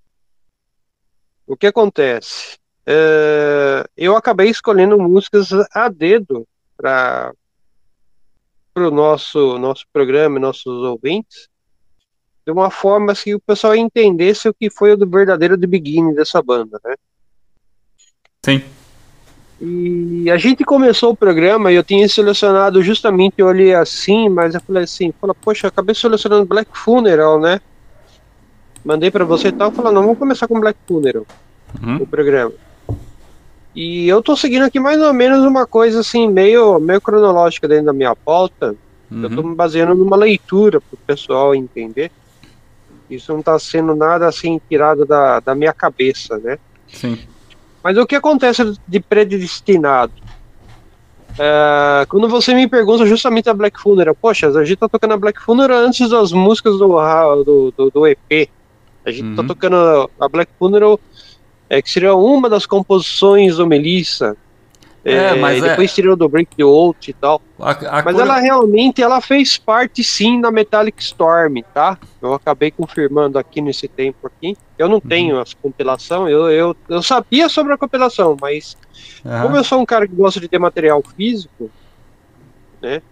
o que acontece? Eu acabei escolhendo músicas a dedo para o nosso programa, nossos ouvintes, de uma forma assim que o pessoal entendesse o que foi o verdadeiro The Beginning dessa banda, né? Sim. E a gente começou o programa e eu tinha selecionado justamente, eu olhei assim, mas eu falei assim, poxa, eu acabei selecionando Black Funeral, né? Mandei pra você e tal, falando, não, vamos começar com Black Funeral, o programa. E eu tô seguindo aqui mais ou menos uma coisa assim, meio cronológica dentro da minha pauta. Eu tô me baseando numa leitura pro pessoal entender. Isso não tá sendo nada assim tirado da minha cabeça, né? Sim. Mas o que acontece de predestinado? Quando você me pergunta justamente a Black Funeral, poxa, a gente tá tocando a Black Funeral antes das músicas do EP. A gente tá tocando a Black Funeral, que seria uma das composições do Melissa. Depois tirou do Break the Oath e tal. Mas ela realmente fez parte sim da Metallic Storm, tá? Eu acabei confirmando aqui nesse tempo aqui. Eu não tenho as compilação, eu sabia sobre a compilação, mas como eu sou um cara que gosta de ter material físico, né?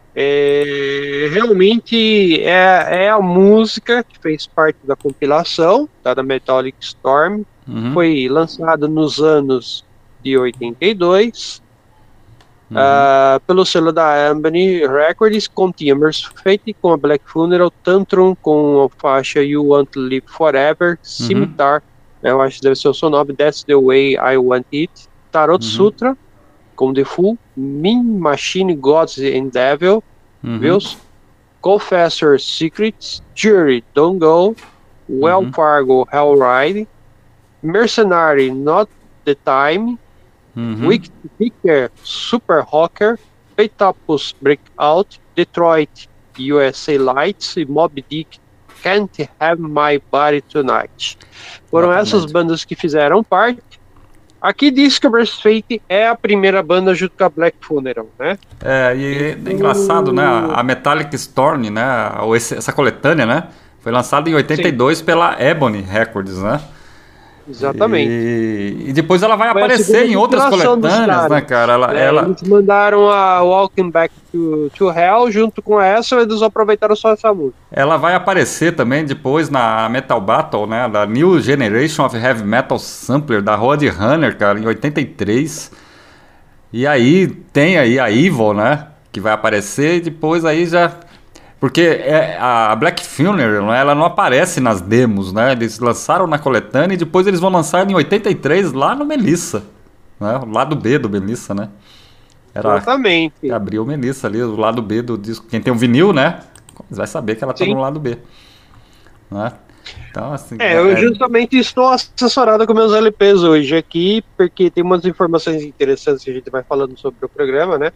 Realmente é a música que fez parte da compilação, tá, da Metallic Storm. Foi lançada nos anos de 82 pelo selo da Albany Records, com Timbers Fate, com a Black Funeral, Tantrum com a faixa You Want to Live Forever, Scimitar, eu acho que deve ser o seu nome, That's the Way I Want It, Tarot Sutra com The Fool, Mean Machine Gods and Devil, Views, Confessor Secrets, Jury Don't Go, Well Fargo Hell Ride, Mercenary Not the Time, Wicker Super Rocker, Petapus Breakout, Detroit USA Lights e Moby Dick Can't Have My Body Tonight. Foram essas bandas que fizeram parte. Aqui diz que o Burst Fate é a primeira banda junto com a Black Funeral, né? É engraçado, né? A Metallic Storm, né? Essa coletânea, né? Foi lançada em 82 pela Ebony Records, né? Exatamente. E depois ela vai aparecer em outras coletâneas, né, cara? Eles mandaram a Walking Back to Hell junto com essa, eles aproveitaram só essa música. Ela vai aparecer também depois na Metal Battle, né? Da New Generation of Heavy Metal Sampler, da Roadrunner, cara, em 83. E aí tem aí a Evil, né? Que vai aparecer e depois aí já... Porque a Black Funeral, né, ela não aparece nas demos, né? Eles lançaram na coletânea e depois eles vão lançar em 83 lá no Melissa, né? O lado B do Melissa, né? Exatamente. Abriu o Melissa ali, o lado B do disco. Quem tem um vinil, né? Vai saber que ela tá no lado B. Né? Então, assim... eu justamente estou assessorado com meus LPs hoje aqui, porque tem umas informações interessantes que a gente vai falando sobre o programa, né?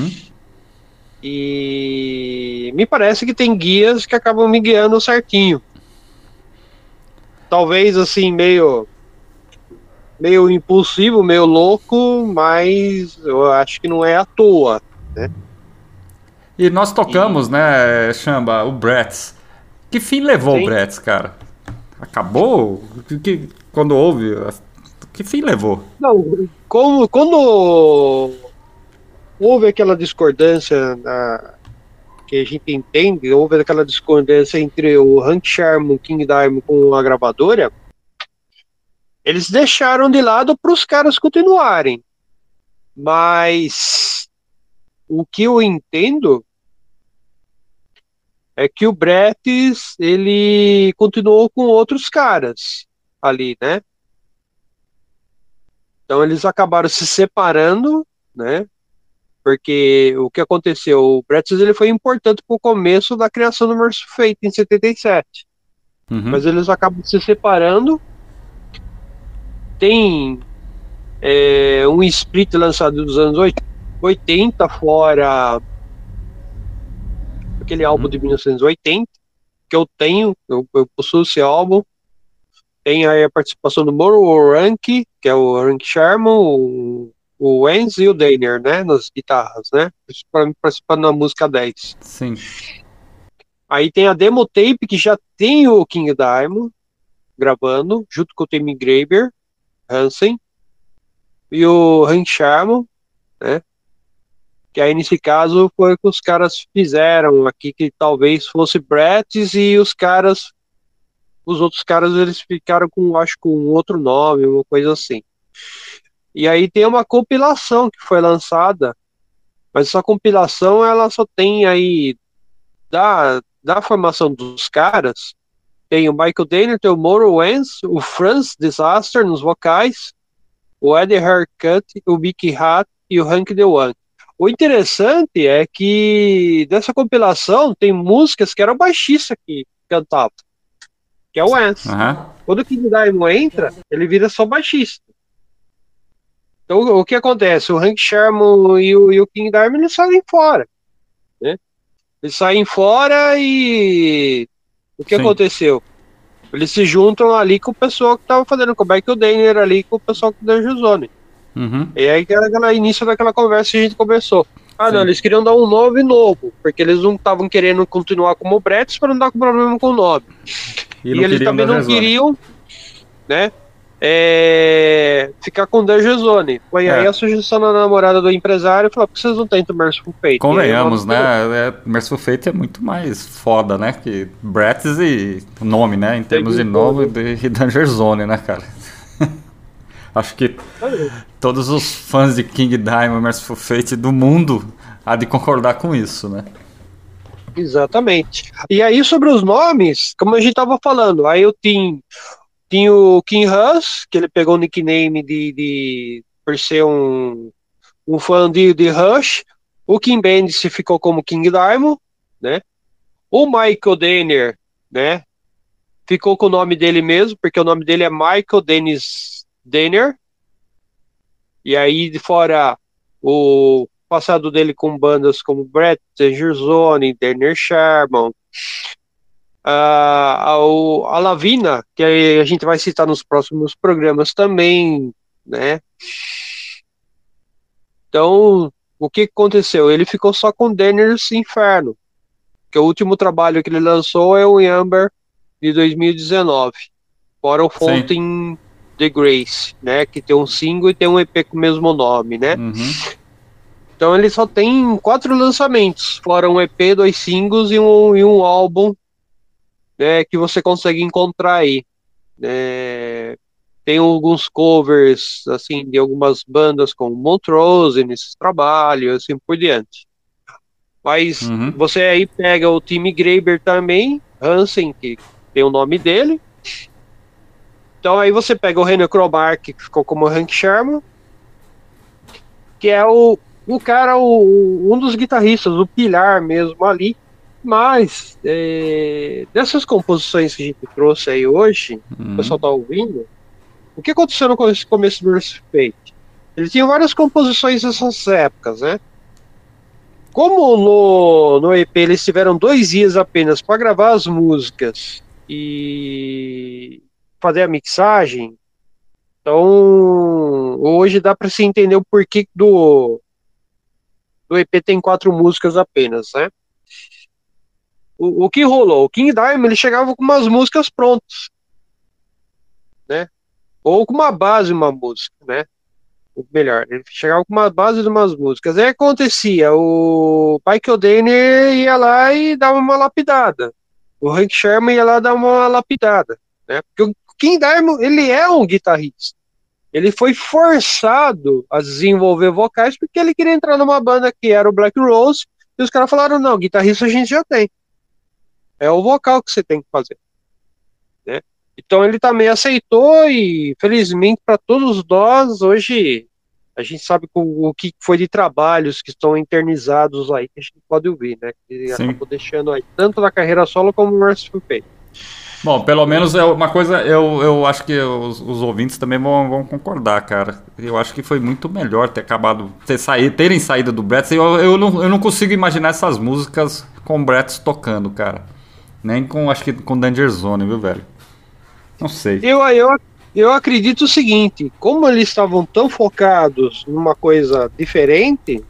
E me parece que tem guias que acabam me guiando certinho. Talvez assim, meio impulsivo, meio louco, mas eu acho que não é à toa, né? E nós tocamos, né, Chamba, o Bratz. Que fim levou o Bratz, cara? Acabou? Quando houve? Que fim levou? Não, quando houve aquela discordância que a gente entende, houve aquela discordância entre o Hank Sherman, King Diamond com a gravadora, eles deixaram de lado para os caras continuarem. Mas o que eu entendo é que o Bratz, ele continuou com outros caras. ali, né? Então eles acabaram se separando, né? Porque o que aconteceu? O Bratz ele foi importante para o começo da criação do Mercyful Fate em 77. Mas eles acabam se separando. Tem um split lançado nos anos 80, fora aquele álbum de 1980, que eu tenho, eu possuo esse álbum. Tem aí a participação do Moro Rank, que é o Hank Sherman, o Enz e o Daner, né, nas guitarras, né, participando da música 10. Sim. Aí tem a demo tape, que já tem o King Diamond gravando, junto com o Timmy Graber, Hansen, e o Hank Sherman, né, que aí nesse caso foi o que os caras fizeram aqui, que talvez fosse Bratz, e os outros caras eles ficaram com, acho, com um outro nome, uma coisa assim. E aí tem uma compilação que foi lançada, mas essa compilação ela só tem aí da formação dos caras, tem o Michael Daner, tem o Moro Wenz, o Franz Disaster nos vocais, o Eddie Haircut, o Mickey Hat e o Hank the One. O interessante é que dessa compilação tem músicas que eram baixista que cantavam, que é o Wenz. Quando o King Diamond entra, ele vira só baixista. Então o que acontece? O Hank Sherman e o King Diamond eles saem fora, né? Eles saem fora e o que aconteceu? Eles se juntam ali com o pessoal que estava fazendo com o Michael Daner ali, com o pessoal do Danger Zone. E aí que era aquele início daquela conversa que a gente começou. Não, eles queriam dar um nome novo, porque eles não estavam querendo continuar como Bratz para não dar problema com o nome. E eles também não queriam, né, ficar com Danger Zone. Foi aí a sugestão da namorada do empresário, falou: por que vocês não tentam Mercyful Fate? Convenhamos, né? Mercyful Fate é muito mais foda, né? Que Bratz e nome, né? Em termos de nome e Danger Zone, né, cara? Acho que todos os fãs de King Diamond e Mercyful Fate do mundo há de concordar com isso, né? Exatamente. E aí, sobre os nomes, como a gente tava falando, aí eu tinha o King Huss, que ele pegou o nickname por ser um fã de Rush. O Kim Bendis ficou como King Diamond, né? O Michael Daner, né, ficou com o nome dele mesmo, porque o nome dele é Michael Dennis Daner. E aí, de fora o passado dele com bandas como Bratz, Danger Zone, Daner Sherman, a Lavina, que a gente vai citar nos próximos programas também, né? Então, o que aconteceu? Ele ficou só com Daner's Inferno, que o último trabalho que ele lançou é o Amber de 2019, fora o Fountain The Grace, né? Que tem um single e tem um EP com o mesmo nome, né? Então ele só tem 4 lançamentos, fora um EP, 2 singles e um álbum, né, que você consegue encontrar aí. Tem alguns covers assim de algumas bandas como Montrose nesses trabalhos, assim por diante. Mas você aí pega o Timmy Graber também, Hansen, que tem o nome dele. Então aí você pega o René Kromark, que ficou como Hank Sherman, que é o cara, um dos guitarristas, o pilar mesmo ali. Mas dessas composições que a gente trouxe aí hoje, o pessoal tá ouvindo, o que aconteceu no começo do Mercyful Fate? Ele tinha várias composições nessas épocas, né? Como no EP eles tiveram 2 dias apenas para gravar as músicas e fazer a mixagem, então hoje dá para se entender o porquê do EP tem 4 músicas apenas, né? O que rolou? O King Diamond ele chegava com umas músicas prontas, né? Ou com uma base, uma música, né? Ou melhor, ele chegava com uma base de umas músicas. Aí acontecia, o Michael Daner ia lá e dava uma lapidada. O Hank Sherman ia lá dar uma lapidada, né? Porque o King Diamond, ele é um guitarrista. Ele foi forçado a desenvolver vocais porque ele queria entrar numa banda que era o Black Rose, e os caras falaram: não, guitarrista a gente já tem. É o vocal que você tem que fazer, né? Então ele também aceitou e, felizmente para todos nós, hoje a gente sabe o que foi de trabalhos que estão eternizados aí, que a gente pode ouvir, né? Que acabou deixando aí, tanto na carreira solo como no Mercyful Fate. Bom, pelo menos é uma coisa, eu acho que os ouvintes também vão concordar, cara. Eu acho que foi muito melhor ter acabado, terem saído do Bratz. Eu não consigo imaginar essas músicas com o Bratz tocando, cara. Nem acho que com Danger Zone, viu, velho? Não sei. Eu acredito o seguinte, como eles estavam tão focados numa coisa diferente,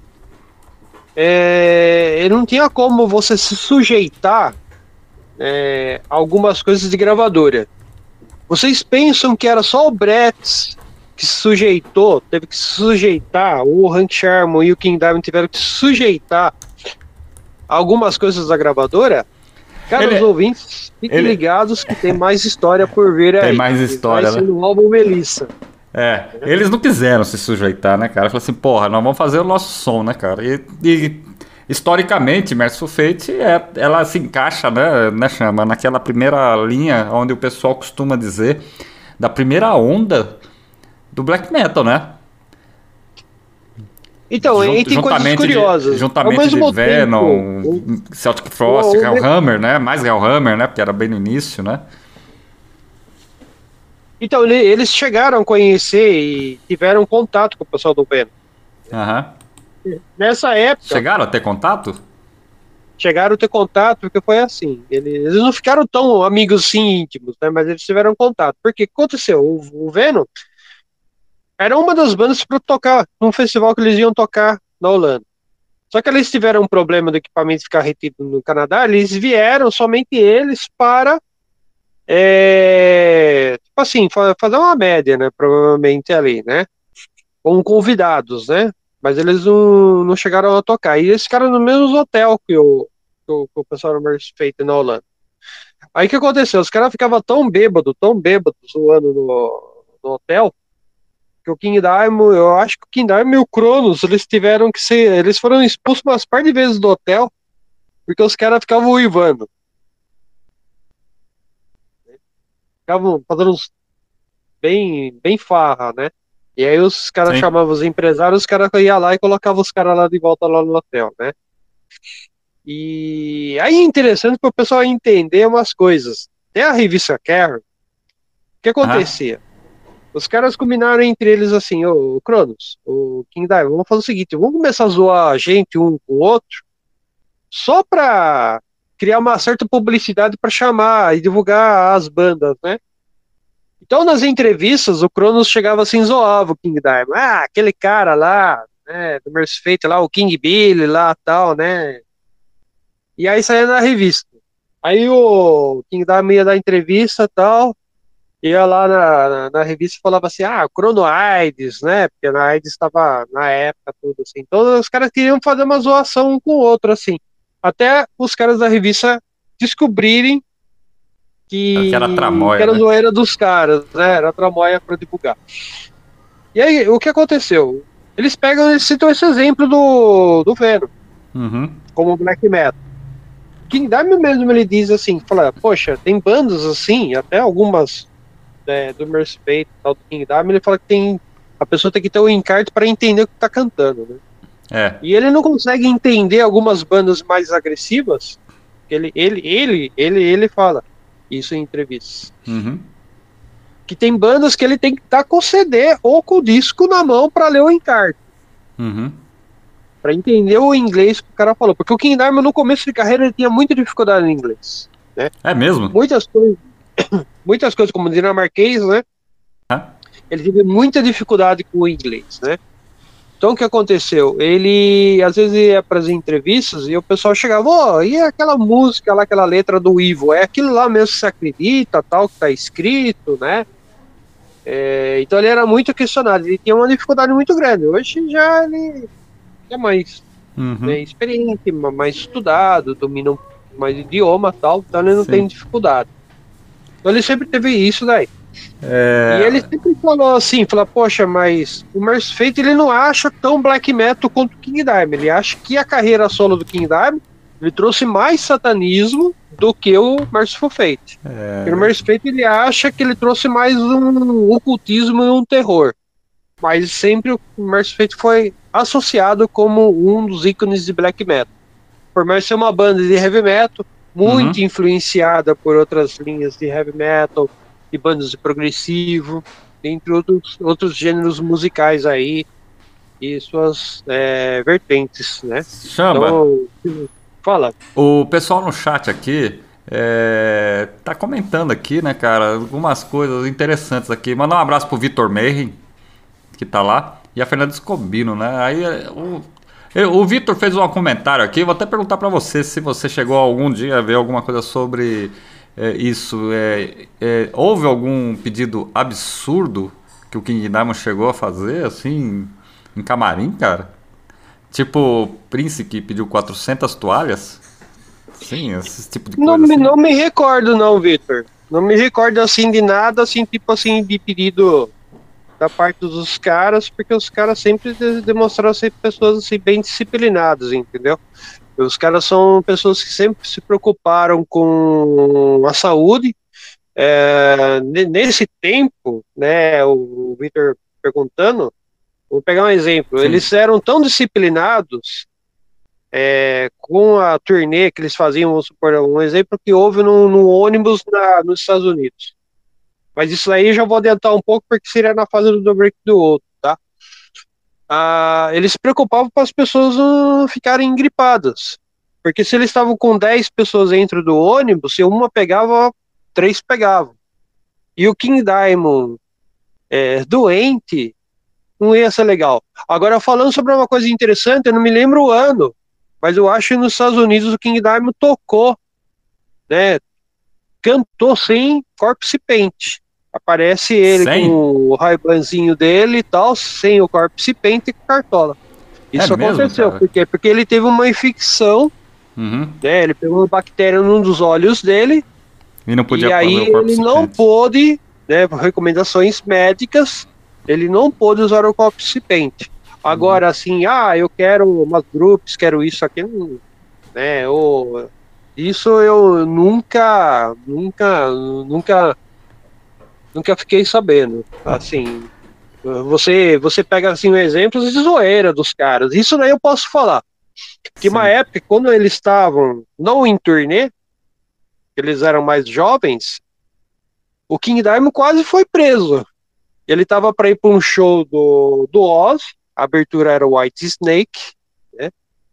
não tinha como você se sujeitar a algumas coisas de gravadora. Vocês pensam que era só o Bratz que se sujeitou, teve que se sujeitar, o Hank Sherman e o King Diamond tiveram que se sujeitar a algumas coisas da gravadora? Cara, os ouvintes, fiquem ligados que tem mais história por vir aí. Tem mais história, né? No álbum Melissa. Eles não quiseram se sujeitar, né, cara? Falaram assim, porra, nós vamos fazer o nosso som, né, cara? E historicamente, Mercyful Fate, ela se encaixa, né, Chama, naquela primeira linha, onde o pessoal costuma dizer, da primeira onda do black metal, né? Então, aí tem coisas curiosas. Juntamente de Venom, Celtic Frost, Hellhammer, né? Mais Hellhammer, né? Porque era bem no início, né? Então, eles chegaram a conhecer e tiveram contato com o pessoal do Venom. Nessa época... Chegaram a ter contato? Chegaram a ter contato, porque foi assim. Eles não ficaram tão amigos assim íntimos, né? Mas eles tiveram contato. Porque o que aconteceu? O Venom era uma das bandas para tocar num festival que eles iam tocar na Holanda. Só que eles tiveram um problema do equipamento ficar retido no Canadá, eles vieram, somente eles, para tipo assim, fazer uma média, né, provavelmente ali, né, com convidados, né, mas eles não chegaram a tocar, e eles ficaram no mesmo hotel que o pessoal do Mercyful Fate na Holanda. Aí o que aconteceu? Os caras ficavam tão bêbados zoando no hotel, que o King Diamond, eu acho que o King Diamond e o Cronos, eles foram expulsos umas par de vezes do hotel, porque os caras ficavam uivando. Ficavam fazendo uns bem farra, né? E aí os caras chamavam os empresários, os caras iam lá e colocavam os caras lá de volta lá no hotel, né? E aí é interessante para o pessoal entender umas coisas. Tem a revista Carol, o que acontecia? Os caras combinaram entre eles assim, o Cronos, o King Diamond, vamos fazer o seguinte, vamos começar a zoar a gente um com o outro, só pra criar uma certa publicidade pra chamar e divulgar as bandas, né? Então nas entrevistas, o Cronos chegava assim, zoava o King Diamond, aquele cara lá, né, do Mercyful Fate lá, o King Billy lá, tal, né? E aí saía na revista. Aí o King Diamond ia dar entrevista, tal, ia lá na revista e falava assim, Chrono AIDS, né, porque na AIDS estava na época, tudo assim, então os caras queriam fazer uma zoação um com o outro, assim, até os caras da revista descobrirem que era tramóia, que era né? zoeira dos caras, né, era tramóia para divulgar. E aí, o que aconteceu? Eles citam esse exemplo do Venom, como Black Metal. King Diamond mesmo, ele diz assim, fala, poxa, tem bandas assim, até algumas do Mercyful Fate, tal, do King Diamond, ele fala que a pessoa tem que ter o encarte para entender o que tá cantando, né? E ele não consegue entender algumas bandas mais agressivas, ele fala isso em entrevistas. Que tem bandas que ele tem que estar com o CD ou com o disco na mão para ler o encarte. Para entender o inglês que o cara falou. Porque o King Diamond no começo de carreira ele tinha muita dificuldade em inglês, né? É mesmo? Muitas coisas como dinamarquês, né? Ele teve muita dificuldade com o inglês, né? Então o que aconteceu? Ele às vezes ia para as entrevistas e o pessoal chegava, e aquela música lá, aquela letra do Ivo, é aquilo lá mesmo que você acredita, tal, que tá escrito, né? Então ele era muito questionado, ele tinha uma dificuldade muito grande. Hoje já ele é mais experiente, mais estudado, domina mais idioma, tal, então ele não tem dificuldade. Então ele sempre teve isso daí. E ele sempre falou assim, poxa, mas o Mercyful Fate ele não acha tão black metal quanto o King Diamond. Ele acha que a carreira solo do King Diamond Ele trouxe mais satanismo do que o Mercyful Fate. Porque o Mercyful Fate ele acha que ele trouxe mais um ocultismo e um terror. Mas sempre o Mercyful Fate foi associado como um dos ícones de black metal. Por mais ser uma banda de heavy metal, muito influenciada por outras linhas de heavy metal e bandas de progressivo, entre outros gêneros musicais aí e suas vertentes, né? Chamba, então, fala. O pessoal no chat aqui tá comentando aqui, né, cara, algumas coisas interessantes aqui. Mandar um abraço pro Vitor Meirren, que tá lá, e a Fernanda Scobino, né? Aí o Vitor fez um comentário aqui, vou até perguntar para você se você chegou algum dia a ver alguma coisa sobre isso. Houve algum pedido absurdo que o King Diamond chegou a fazer, assim, em camarim, cara? Tipo, Prince que pediu 400 toalhas? Sim, esse tipo de coisa. Não me recordo não, Vitor. Não me recordo assim de nada, assim, tipo assim, de pedido da parte dos caras, porque os caras sempre demonstraram ser pessoas assim, bem disciplinadas, entendeu? Os caras são pessoas que sempre se preocuparam com a saúde. Nesse tempo, né, o Vitor perguntando, vou pegar um exemplo. Sim. Eles eram tão disciplinados com a turnê que eles faziam, vamos supor, um exemplo que houve no ônibus nos Estados Unidos. Mas isso aí eu já vou adiantar um pouco, porque seria na fase do break do outro, tá? Eles se preocupavam para as pessoas não ficarem gripadas. Porque se eles estavam com 10 pessoas dentro do ônibus, se uma pegava, 3 pegavam. E o King Diamond doente, não ia ser legal. Agora, falando sobre uma coisa interessante, eu não me lembro o ano, mas eu acho que nos Estados Unidos o King Diamond tocou, né? Cantou sem Corpse Paint. Aparece ele com o Ray-Banzinho dele e tal, sem o Corpse Paint e com cartola. Isso aconteceu, por quê? Porque ele teve uma infecção, né? Ele pegou uma bactéria num dos olhos dele, e não podia e aí ele não pôde, né, por recomendações médicas, ele não pôde usar o Corpse Paint. Agora, assim, eu quero umas groups, quero isso aqui, né, isso eu nunca fiquei sabendo. Assim, você pega assim exemplos de zoeira dos caras. Isso daí eu posso falar. Que uma época, quando eles estavam não em turnê, eles eram mais jovens, o King Diamond quase foi preso. Ele estava para ir para um show do Oz, a abertura era White Snake, né?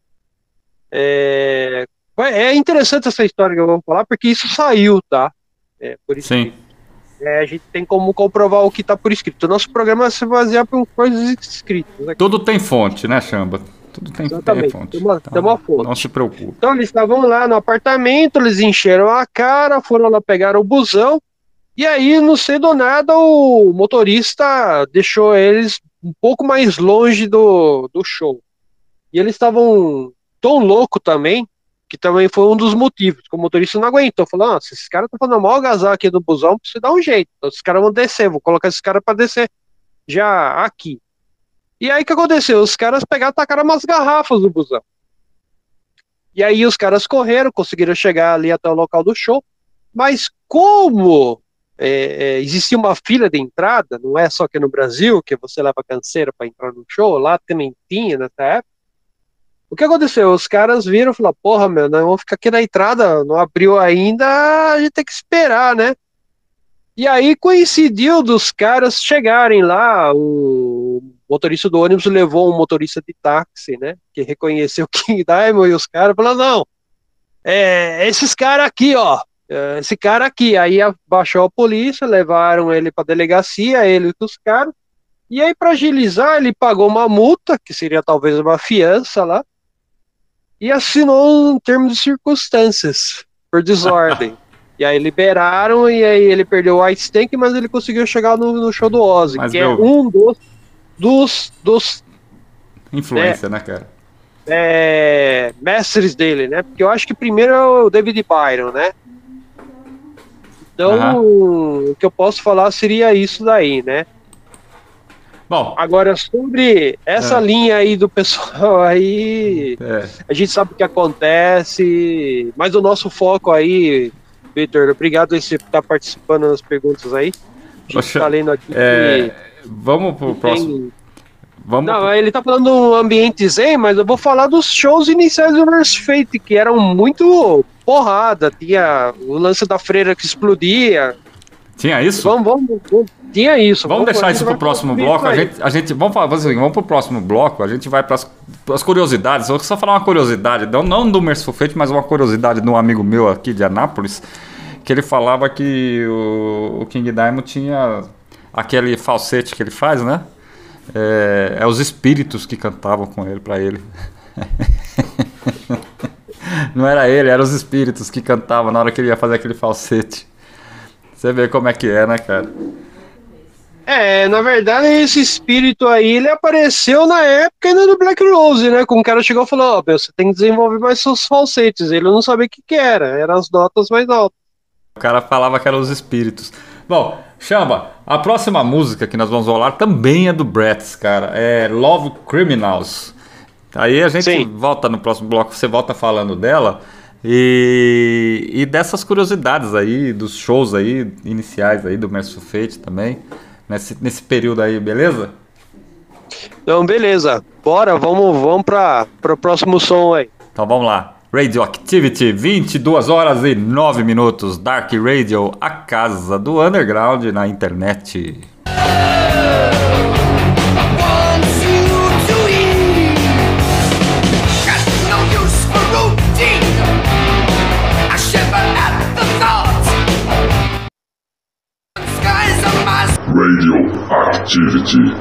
É interessante essa história que eu vou falar, porque isso saiu, tá? Por isso. Sim. A gente tem como comprovar o que está por escrito. O nosso programa se baseia por coisas escritas. Aqui. Tudo tem fonte, né, Chamba? Tudo tem fonte. Tem uma fonte. Não se preocupe. Então eles estavam lá no apartamento, eles encheram a cara, foram lá pegar o busão, e aí, não sei do nada, o motorista deixou eles um pouco mais longe do show. E eles estavam tão loucos também, que também foi um dos motivos, que o motorista não aguentou. Falou, se esses caras estão fazendo mal agasalho aqui do busão, precisa dar um jeito. Então, esses caras vão descer, vou colocar esses caras para descer já aqui. E aí, o que aconteceu? Os caras pegaram e tacaram umas garrafas no busão. E aí, os caras correram, conseguiram chegar ali até o local do show, mas como existia uma fila de entrada, não é só que no Brasil, que você leva canseira para entrar no show, lá também tinha nessa época. O que aconteceu? Os caras viram e falaram, porra, meu, nós vamos ficar aqui na entrada, não abriu ainda, a gente tem que esperar, né? E aí coincidiu dos caras chegarem lá, o motorista do ônibus levou um motorista de táxi, né? Que reconheceu o King Diamond, e os caras falaram, não, esses caras aqui, ó, esse cara aqui. Aí baixou a polícia, levaram ele pra delegacia, ele e os caras, e aí pra agilizar, ele pagou uma multa, que seria talvez uma fiança lá, e assinou um termo de circunstâncias por desordem. E aí liberaram, e aí ele perdeu o White Snake, mas ele conseguiu chegar no show do Ozzy, que é um dos influência, né, cara? Mestres dele, né? Porque eu acho que primeiro é o David Byron, né? Então, o que eu posso falar seria isso daí, né? Bom, agora sobre essa linha aí do pessoal aí, a gente sabe o que acontece, mas o nosso foco aí, Vitor, obrigado por você estar participando das perguntas aí. A gente tá lendo aqui. Vamos pro próximo. Não, ele tá falando do ambiente zen, mas eu vou falar dos shows iniciais do Mercy Fate, que eram muito porrada. Tinha o lance da freira que explodia. Tinha isso? Tinha isso. Vamos deixar isso pro próximo bloco. Vamos pro próximo bloco. A gente vai para as curiosidades. Eu vou só falar uma curiosidade, não do Mercy Fate, mas uma curiosidade de um amigo meu aqui de Anápolis, que ele falava que o King Diamond tinha aquele falsete que ele faz, né? É os espíritos que cantavam com ele, pra ele. Não era ele, eram os espíritos que cantavam na hora que ele ia fazer aquele falsete. Você vê como é que é, né, cara? Na verdade, esse espírito aí, ele apareceu na época ainda do Black Rose, né? Com o cara chegou e falou, você tem que desenvolver mais seus falsetes. Ele não sabia o que era, eram as notas mais altas. O cara falava que eram os espíritos. Bom, Chamba, a próxima música que nós vamos rolar também é do Bratz, cara. É Love Criminals. Aí a gente volta no próximo bloco, você volta falando dela e dessas curiosidades aí, dos shows aí, iniciais aí do Mercy Fate também, nesse período aí, beleza? Então, beleza. Bora, vamos para o próximo som aí. Então vamos lá. Radioactivity, 22 horas e 9 minutos. Dark Radio, a casa do underground na internet. Radioactivity.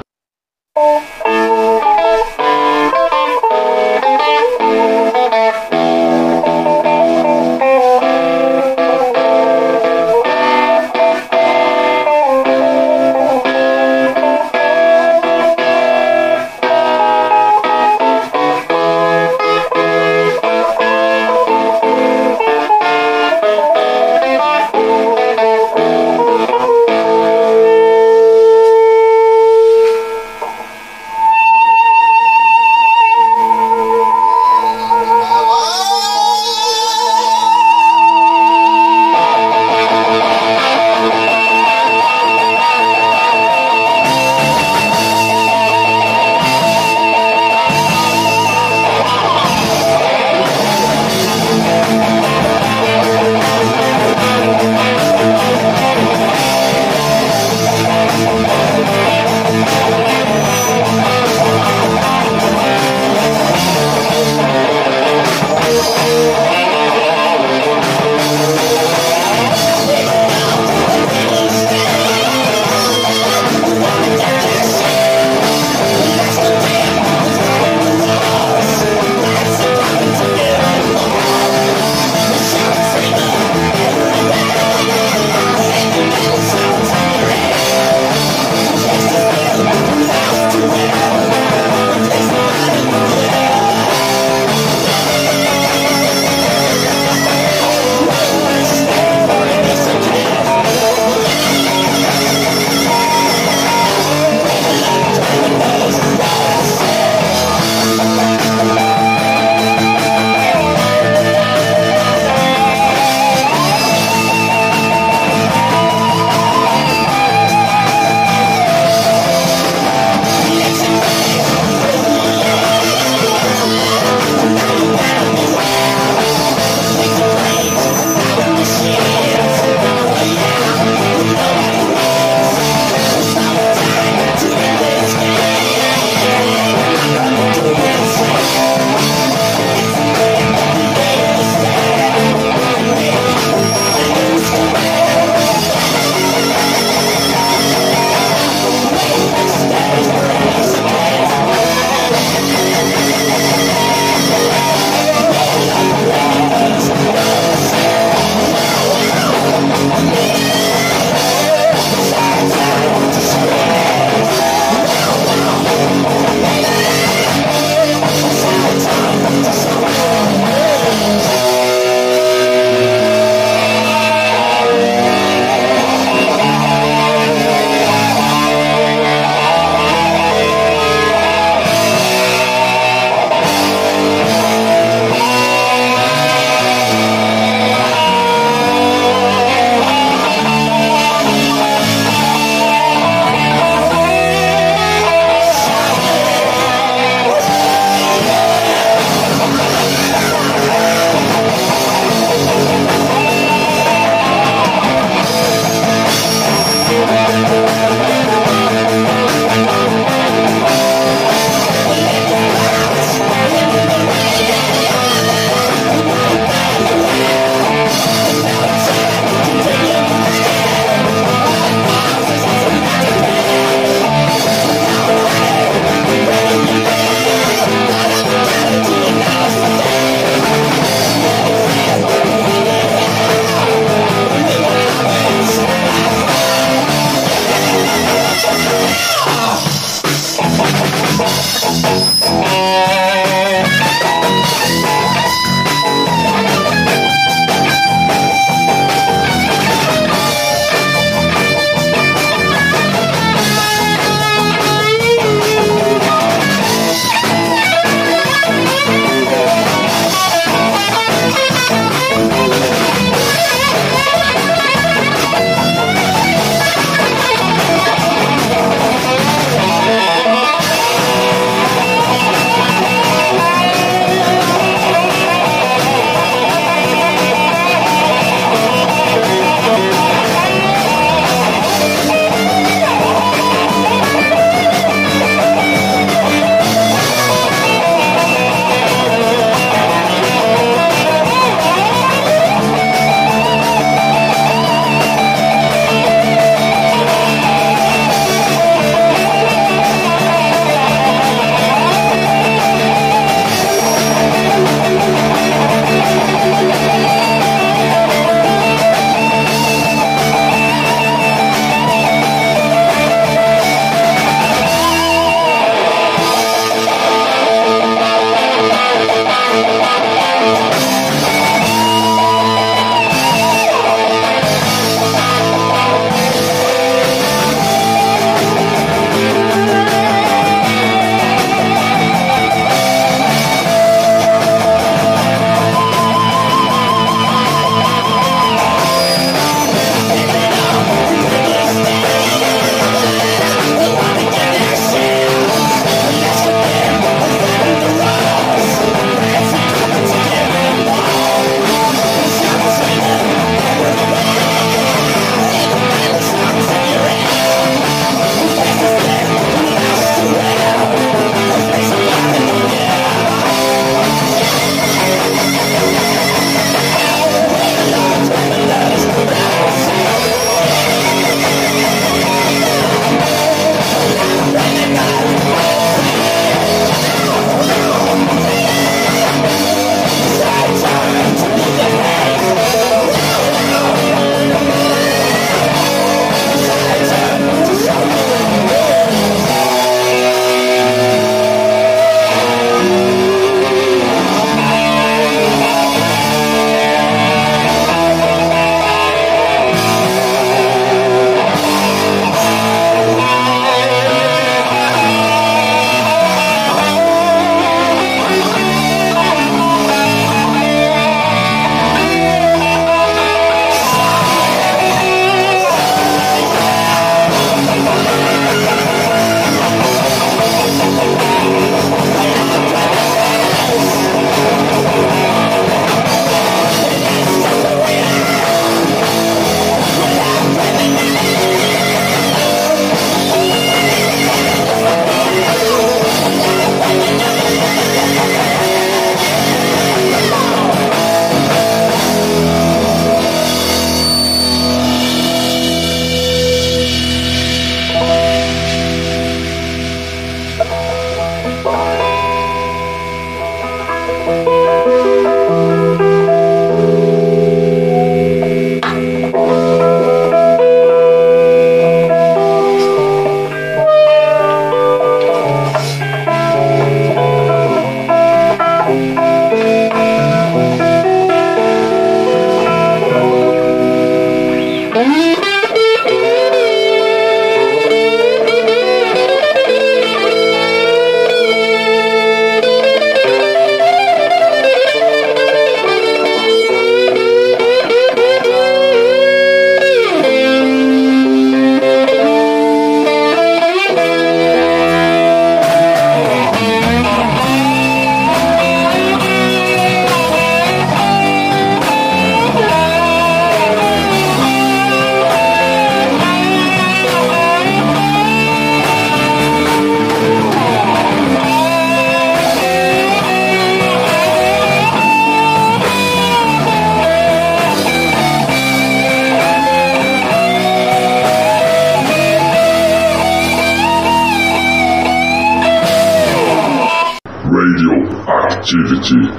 Radioactivity.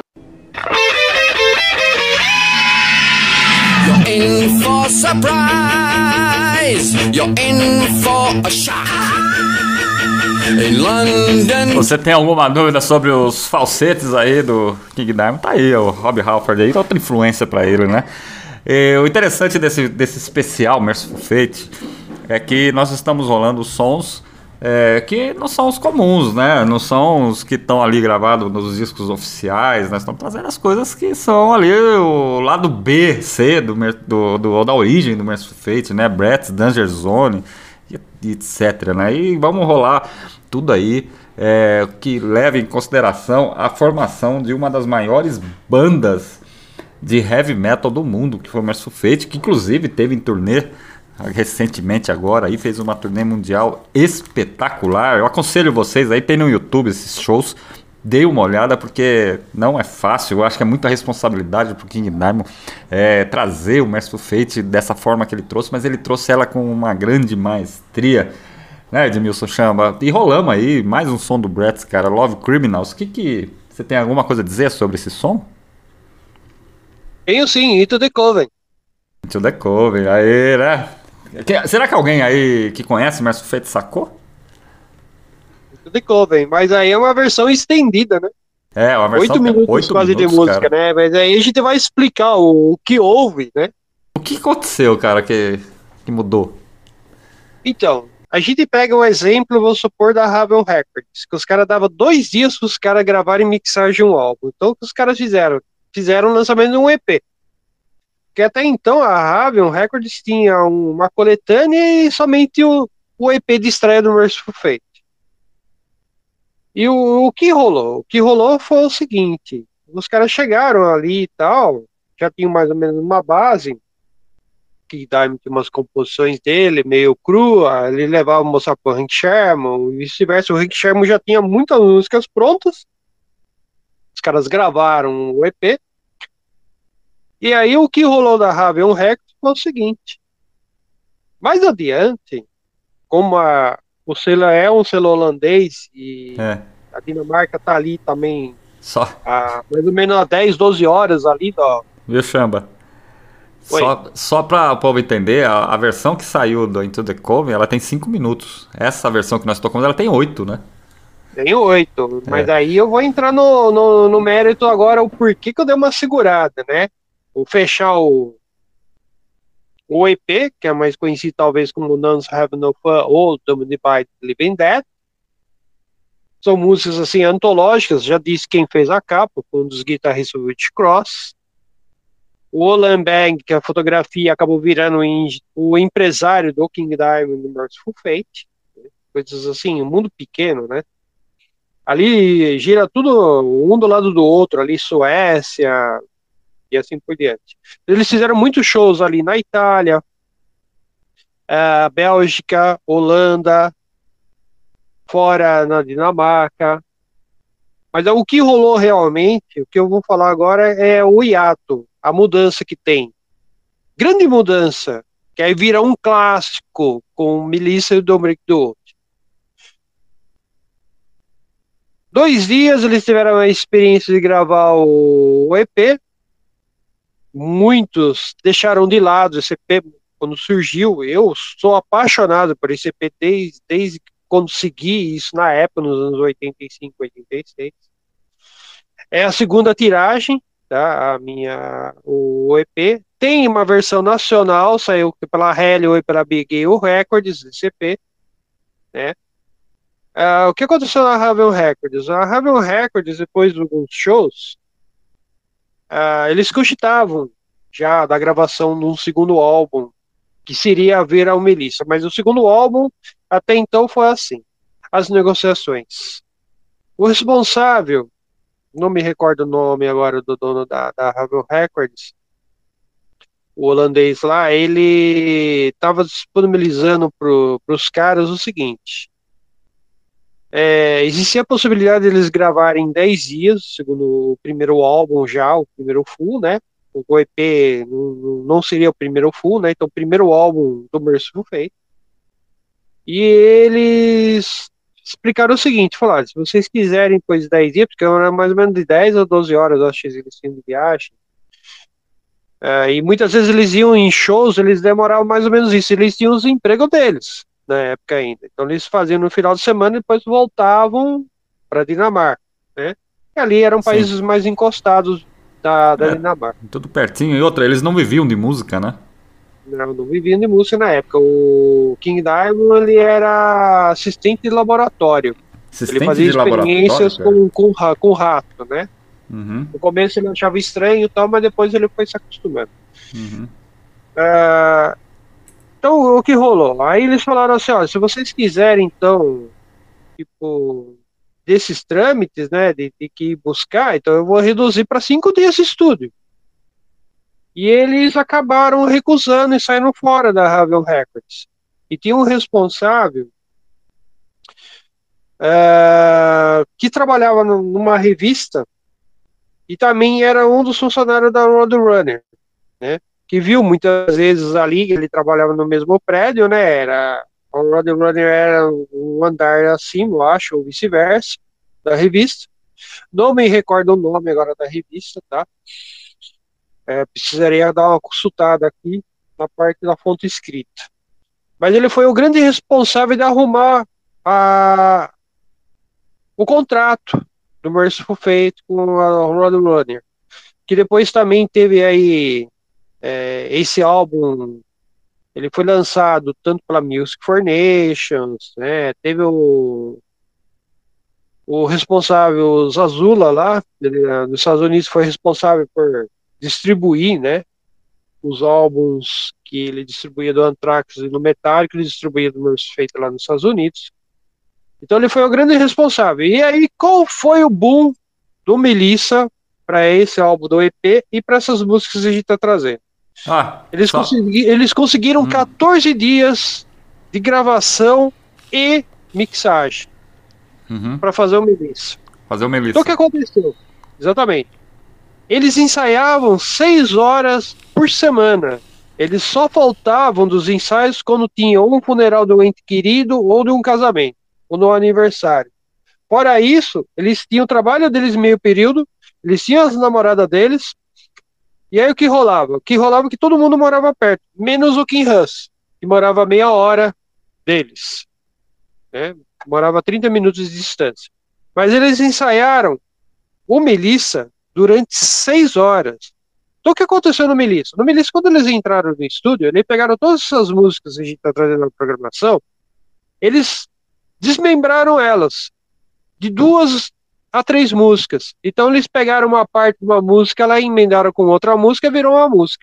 You're in for surprise. You're in for a shock. In London. Você tem alguma dúvida sobre os falsetes aí do King Diamond? Tá aí, o Rob Halford aí, outra influência pra ele, né? E o interessante desse especial Mercyful Fate é que nós estamos rolando sons que não são os comuns, né? Não são os que estão ali gravados nos discos oficiais. Nós estamos trazendo as coisas que são ali o lado B, C da origem do Mercyful Fate, né? Bratz, Danger Zone, e etc, né? E vamos rolar tudo aí que leva em consideração a formação de uma das maiores bandas de heavy metal do mundo, que foi o Mercyful Fate, que inclusive teve em turnê recentemente agora, aí fez uma turnê mundial espetacular. Eu aconselho vocês aí, tem no YouTube esses shows, dê uma olhada, porque não é fácil. Eu acho que é muita responsabilidade pro King Diamond trazer o Mercyful Fate dessa forma que ele trouxe, mas ele trouxe ela com uma grande maestria, né, Edmilson Chamba? E rolamos aí mais um som do Bratz, cara, Love Criminals. Que você tem alguma coisa a dizer sobre esse som? Tenho sim, Into the Coven. Into the Coven, aí, né? Será que alguém aí que conhece Mercyful Fate sacou? Into the Coven, mas aí é uma versão estendida, né? Uma versão 8 minutos quase de música, cara, né? Mas aí a gente vai explicar o que houve, né? O que aconteceu, cara, que mudou? Então, a gente pega um exemplo, vou supor, da Raven Records, que os caras davam 2 dias para os caras gravarem e mixar de um álbum. Então, o que os caras fizeram? Fizeram o lançamento de um EP. Porque até então a Raven Records tinha uma coletânea e somente o EP de estreia do Mercyful Fate. E o que rolou? O que rolou foi o seguinte: os caras chegaram ali e tal, já tinham mais ou menos uma base, que Diamond tinha umas composições dele, meio crua, ele levava a mostrar pro Hank Sherman, e vice-versa. O Hank Sherman já tinha muitas músicas prontas, os caras gravaram o EP. E aí o que rolou da Raven Records foi o seguinte: mais adiante, como o selo é um selo holandês e a Dinamarca tá ali também mais ou menos 10, 12 horas ali, ó. Viu, Chamba? Só pra o povo entender, a versão que saiu do Into the Coven, ela tem 5 minutos. Essa versão que nós tocamos, ela tem 8, né? Tem 8, mas aí eu vou entrar no mérito agora, o porquê que eu dei uma segurada, né? Vou fechar o EP, que é mais conhecido talvez como Nuns Have No Fun ou Dominated by the Living Dead. São músicas assim antológicas, já disse quem fez a capa, foi um dos guitarristas do Witchcross. O Olan Bang, que a fotografia acabou virando o empresário do King Diamond do Mercyful Fate. Coisas assim, um mundo pequeno, né? Ali gira tudo um do lado do outro, ali Suécia e assim por diante. Eles fizeram muitos shows ali na Itália, Bélgica, Holanda, fora na Dinamarca. Mas o que rolou realmente, o que eu vou falar agora é o hiato, a mudança que tem. Grande mudança, que aí vira um clássico com Melissa e o Dominic Duott. 2 dias eles tiveram a experiência de gravar o EP. Muitos deixaram de lado esse EP quando surgiu. Eu sou apaixonado por esse EP desde quando segui isso na época, nos anos 85, 86. É a segunda tiragem, tá? O EP Tem uma versão nacional, saiu pela Helio e pela Big Hill Records, DCP, né? O que aconteceu na Raven Records? A Raven Records, depois de alguns shows, eles cogitavam já da gravação de um segundo álbum, que seria a Ver ao Melissa, mas o segundo álbum, até então, foi assim, as negociações. O responsável, não me recordo o nome agora do dono da Raven Records, o holandês lá, ele estava disponibilizando para os caras o seguinte: existia a possibilidade deles gravarem em 10 dias, segundo o primeiro álbum já, o primeiro full, né? O EP não seria o primeiro full, né? Então, o primeiro álbum do Mercyful Fate. E eles explicaram o seguinte, falaram, se vocês quiserem depois de 10 dias, porque era mais ou menos de 10 a 12 horas, acho que eles tinham de viagem, e muitas vezes eles iam em shows, eles demoravam mais ou menos isso, eles tinham os empregos deles, na época ainda. Então eles faziam no final de semana e depois voltavam para Dinamarca, né? E ali eram países mais encostados da Dinamarca. Tudo pertinho. E outra, eles não viviam de música, né? Não viviam de música na época. O King Diamond, ele era assistente de laboratório. Ele fazia experiências com rato, né? Uhum. No começo ele achava estranho e tal, mas depois ele foi se acostumando. Uhum. Então, o que rolou? Aí eles falaram assim, ó, se vocês quiserem, então, tipo, desses trâmites, né, de que buscar, então eu vou reduzir para 5 dias de estúdio. E eles acabaram recusando e saindo fora da Raven Records. E tinha um responsável que trabalhava numa revista e também era um dos funcionários da Roadrunner, né? Que viu muitas vezes ali, ele trabalhava no mesmo prédio, né? O Roadrunner era um andar acima, eu acho, ou vice-versa, da revista. Não me recordo o nome agora da revista, tá? Precisaria dar uma consultada aqui na parte da fonte escrita. Mas ele foi o grande responsável de arrumar o contrato do Mercyful Fate com a Roadrunner, que depois também teve aí esse álbum, ele foi lançado tanto pela Music for Nations, né, teve o responsável, o Zazula lá, dos Estados Unidos, foi responsável por distribuir, né, os álbuns que ele distribuía do Anthrax e do Metallica, ele distribuía do Mercyful Fate lá nos Estados Unidos. Então ele foi o grande responsável. E aí, qual foi o boom do Melissa para esse álbum do EP e para essas músicas que a gente está trazendo? Eles conseguiram 14 dias de gravação e mixagem para fazer o Melissa. Então o que aconteceu? Exatamente. Eles ensaiavam 6 horas por semana. Eles só faltavam dos ensaios quando tinha um funeral de um ente querido ou de um casamento, ou no aniversário. Fora isso, eles tinham o trabalho deles meio período, eles tinham as namoradas deles, e aí o que rolava? O que rolava é que todo mundo morava perto, menos o Kim Huss, que morava meia hora deles, né? Morava a 30 minutos de distância. Mas eles ensaiaram o Melissa durante 6 horas. Então o que aconteceu no Melissa? No Melissa, quando eles entraram no estúdio, eles pegaram todas essas músicas que a gente está trazendo na programação, eles desmembraram elas de 2 a 3 músicas. Então eles pegaram uma parte de uma música, ela emendaram com outra música e virou uma música.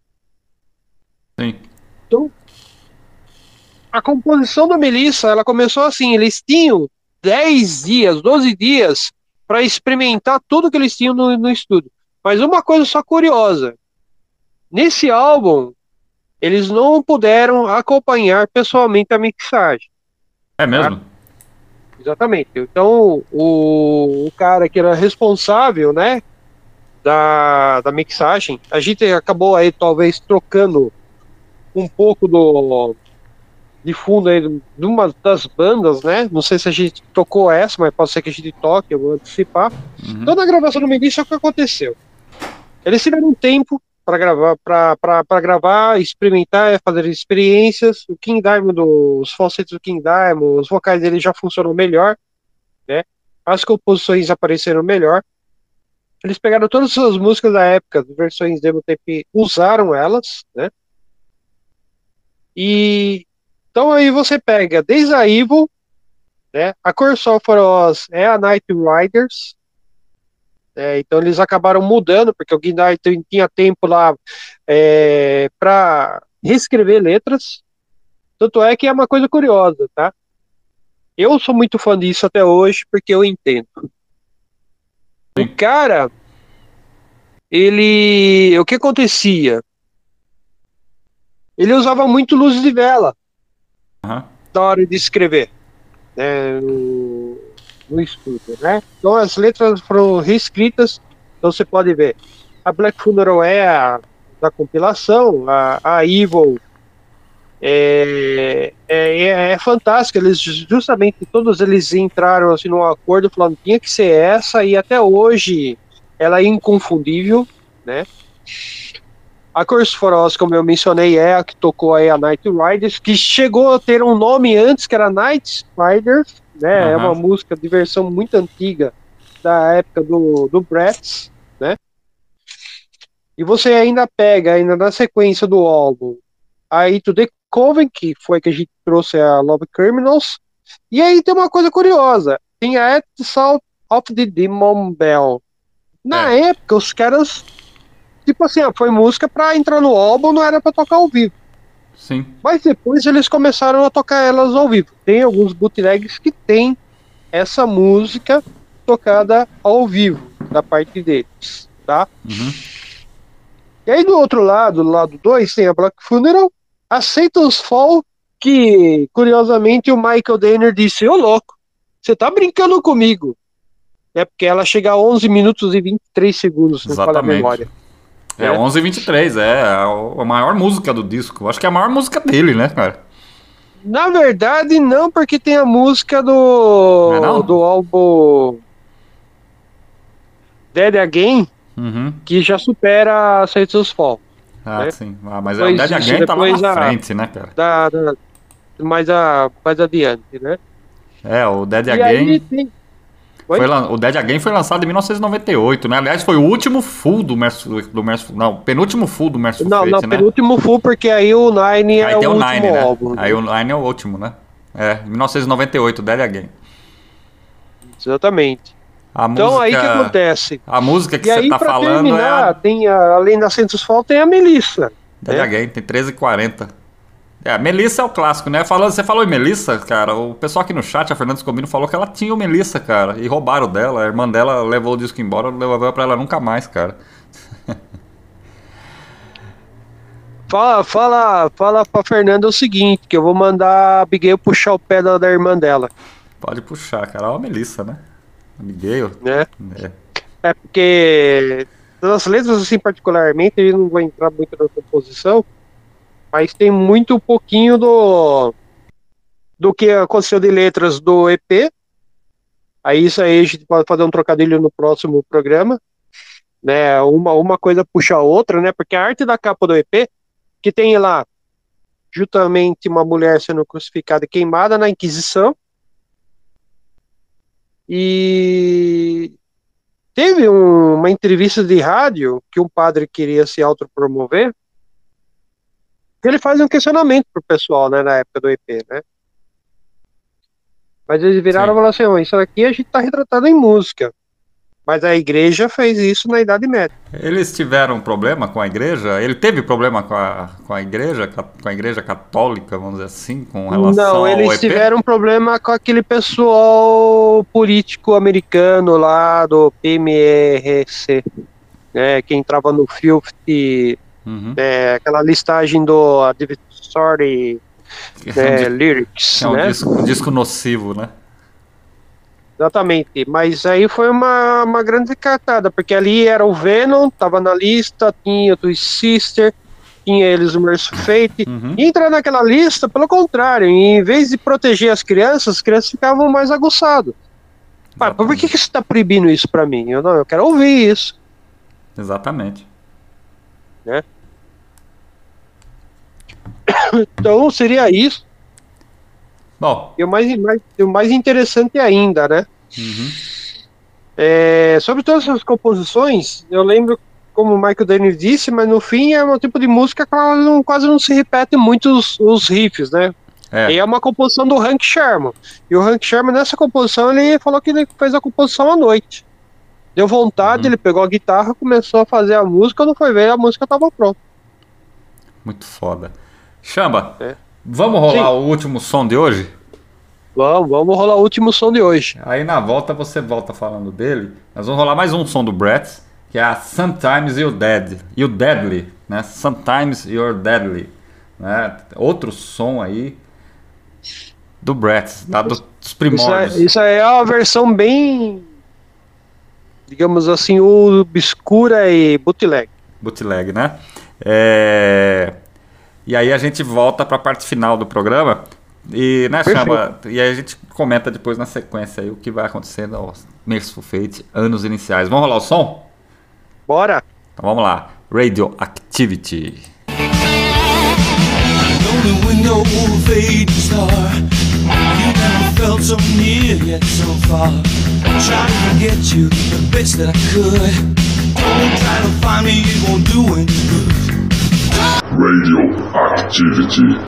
Sim. Então a composição do Melissa, ela começou assim, eles tinham 10 dias, 12 dias para experimentar tudo que eles tinham no estúdio. Mas uma coisa só curiosa, nesse álbum eles não puderam acompanhar pessoalmente a mixagem. É mesmo? Tá? Exatamente. Então, o cara que era responsável, né, da mixagem, a gente acabou aí talvez trocando um pouco de fundo aí de uma das bandas, né? Não sei se a gente tocou essa, mas pode ser que a gente toque, eu vou antecipar. Então, na gravação do Melissa, o que aconteceu? Eles tiveram um tempo para gravar, experimentar, fazer experiências. O King Diamond, os falsetes do King Diamond, os vocais dele já funcionam melhor, né? As composições apareceram melhor. Eles pegaram todas as suas músicas da época, versões demo tape, usaram elas, né? E então aí você pega desde a Evil, né? A Curse of Oz é a Night Riders. Então eles acabaram mudando, porque o Guinness tinha tempo lá para reescrever letras. Tanto é que é uma coisa curiosa, tá? Eu sou muito fã disso até hoje, porque eu entendo. O cara, o que acontecia? Ele usava muito luz de vela na hora de escrever, né, no estúdio, né? Então as letras foram reescritas, então você pode ver. A Black Funeral é a da compilação, a Evil é fantástica. Eles justamente todos eles entraram assim num acordo falando que tinha que ser essa, e até hoje ela é inconfundível, né? A Curse for Oz, como eu mencionei, é a que tocou aí a Night Riders, que chegou a ter um nome antes, que era Night Riders, né? É uma música de versão muito antiga, da época do Bratz, né? E você ainda pega, ainda na sequência do álbum, aí To The Coven, que foi que a gente trouxe a Love Criminals, e aí tem uma coisa curiosa, tem a At the Sound of the Demon Bell. Na época, os caras, tipo assim, foi música pra entrar no álbum, não era pra tocar ao vivo. Sim. Mas depois eles começaram a tocar elas ao vivo. Tem alguns bootlegs que tem essa música tocada ao vivo, da parte deles, tá? E aí do outro lado, do lado 2, tem a Black Funeral, a Satan's Fall, que curiosamente o Michael Danner disse: ô louco, você tá brincando comigo. É porque ela chega a 11 minutos e 23 segundos, não fala a memória. 11h23, a maior música do disco. Acho que é a maior música dele, né, cara? Na verdade, não, porque tem a música do álbum Dead Again, que já supera a Satan's Fall. Né? Sim. Mas o Dead Again tá lá na frente, né, cara? Mais adiante, né? O Dead Again... O Dead Again foi lançado em 1998, né? Aliás, foi o último full do Merciful penúltimo full do Merciful Fate, né? Penúltimo full, porque aí o Nine é o último Nine, álbum. Né? Aí o Nine é o último, né? 1998, Dead Again. Exatamente. Então aí que acontece. A música que você tá falando terminar, tem além da Satan's Fall, tem a Melissa. Dead Again, tem 13h40. Melissa é o clássico, né? Você falou em Melissa, cara. O pessoal aqui no chat, a Fernanda Scobino, falou que ela tinha o Melissa, cara. E roubaram dela. A irmã dela levou o disco embora, não levou pra ela nunca mais, cara. Fala pra Fernanda o seguinte, que eu vou mandar a Abigail puxar o pé da irmã dela. Pode puxar, cara. Olha a Melissa, né? Abigail. É porque nas letras, assim, particularmente, eu não vou entrar muito na composição, mas tem muito pouquinho do que aconteceu de letras do EP. Aí isso aí a gente pode fazer um trocadilho no próximo programa, né? Uma coisa puxa a outra, né? Porque a arte da capa do EP, que tem lá justamente uma mulher sendo crucificada e queimada na Inquisição, e teve uma entrevista de rádio que um padre queria se autopromover. Ele faz um questionamento pro pessoal, né, na época do EP, né? Mas eles viraram e falaram assim: isso aqui a gente tá retratado em música. Mas a igreja fez isso na Idade Média. Eles tiveram problema com a igreja? Ele teve problema com a igreja católica, vamos dizer assim, com relação ao EP? Não, eles tiveram problema com aquele pessoal político americano lá do PMRC, né, que entrava no Filthy, aquela listagem do Advisory Lyrics, é um né? disco nocivo, né? Exatamente, mas aí foi uma grande cartada, porque ali era o Venom, tava na lista, tinha o Twisted Sister, tinha eles o Merciful Fate, e entrar naquela lista, pelo contrário, em vez de proteger as crianças ficavam mais aguçadas. Por que você tá proibindo isso pra mim? Eu quero ouvir isso. Exatamente. Né? Então seria isso. Bom. E o mais interessante ainda, né? Sobre todas essas composições, eu lembro, como o Michael Daniels disse, mas no fim é um tipo de música que ela quase não se repete muito os riffs, né? E é uma composição do Hank Sherman. E o Hank Sherman, nessa composição, ele falou que ele fez a composição à noite. Deu vontade, ele pegou a guitarra, começou a fazer a música, quando foi ver, a música estava pronta. Muito foda. Chamba, vamos rolar o último som de hoje? Vamos rolar o último som de hoje. Aí na volta você volta falando dele. Nós vamos rolar mais um som do Brett, que é a Sometimes You're Deadly, né? Sometimes You're Deadly, né? Outro som aí do Brett, lá dos primórdios. Isso aí é uma versão bem, digamos assim, obscura e bootleg. Bootleg, né? E aí a gente volta para a parte final do programa. E, né, Chamba, e aí a gente comenta depois na sequência aí o que vai acontecendo aos Mercyful Fate, anos iniciais. Vamos rolar o som? Bora! Então vamos lá. Radioactivity. Radioactivity.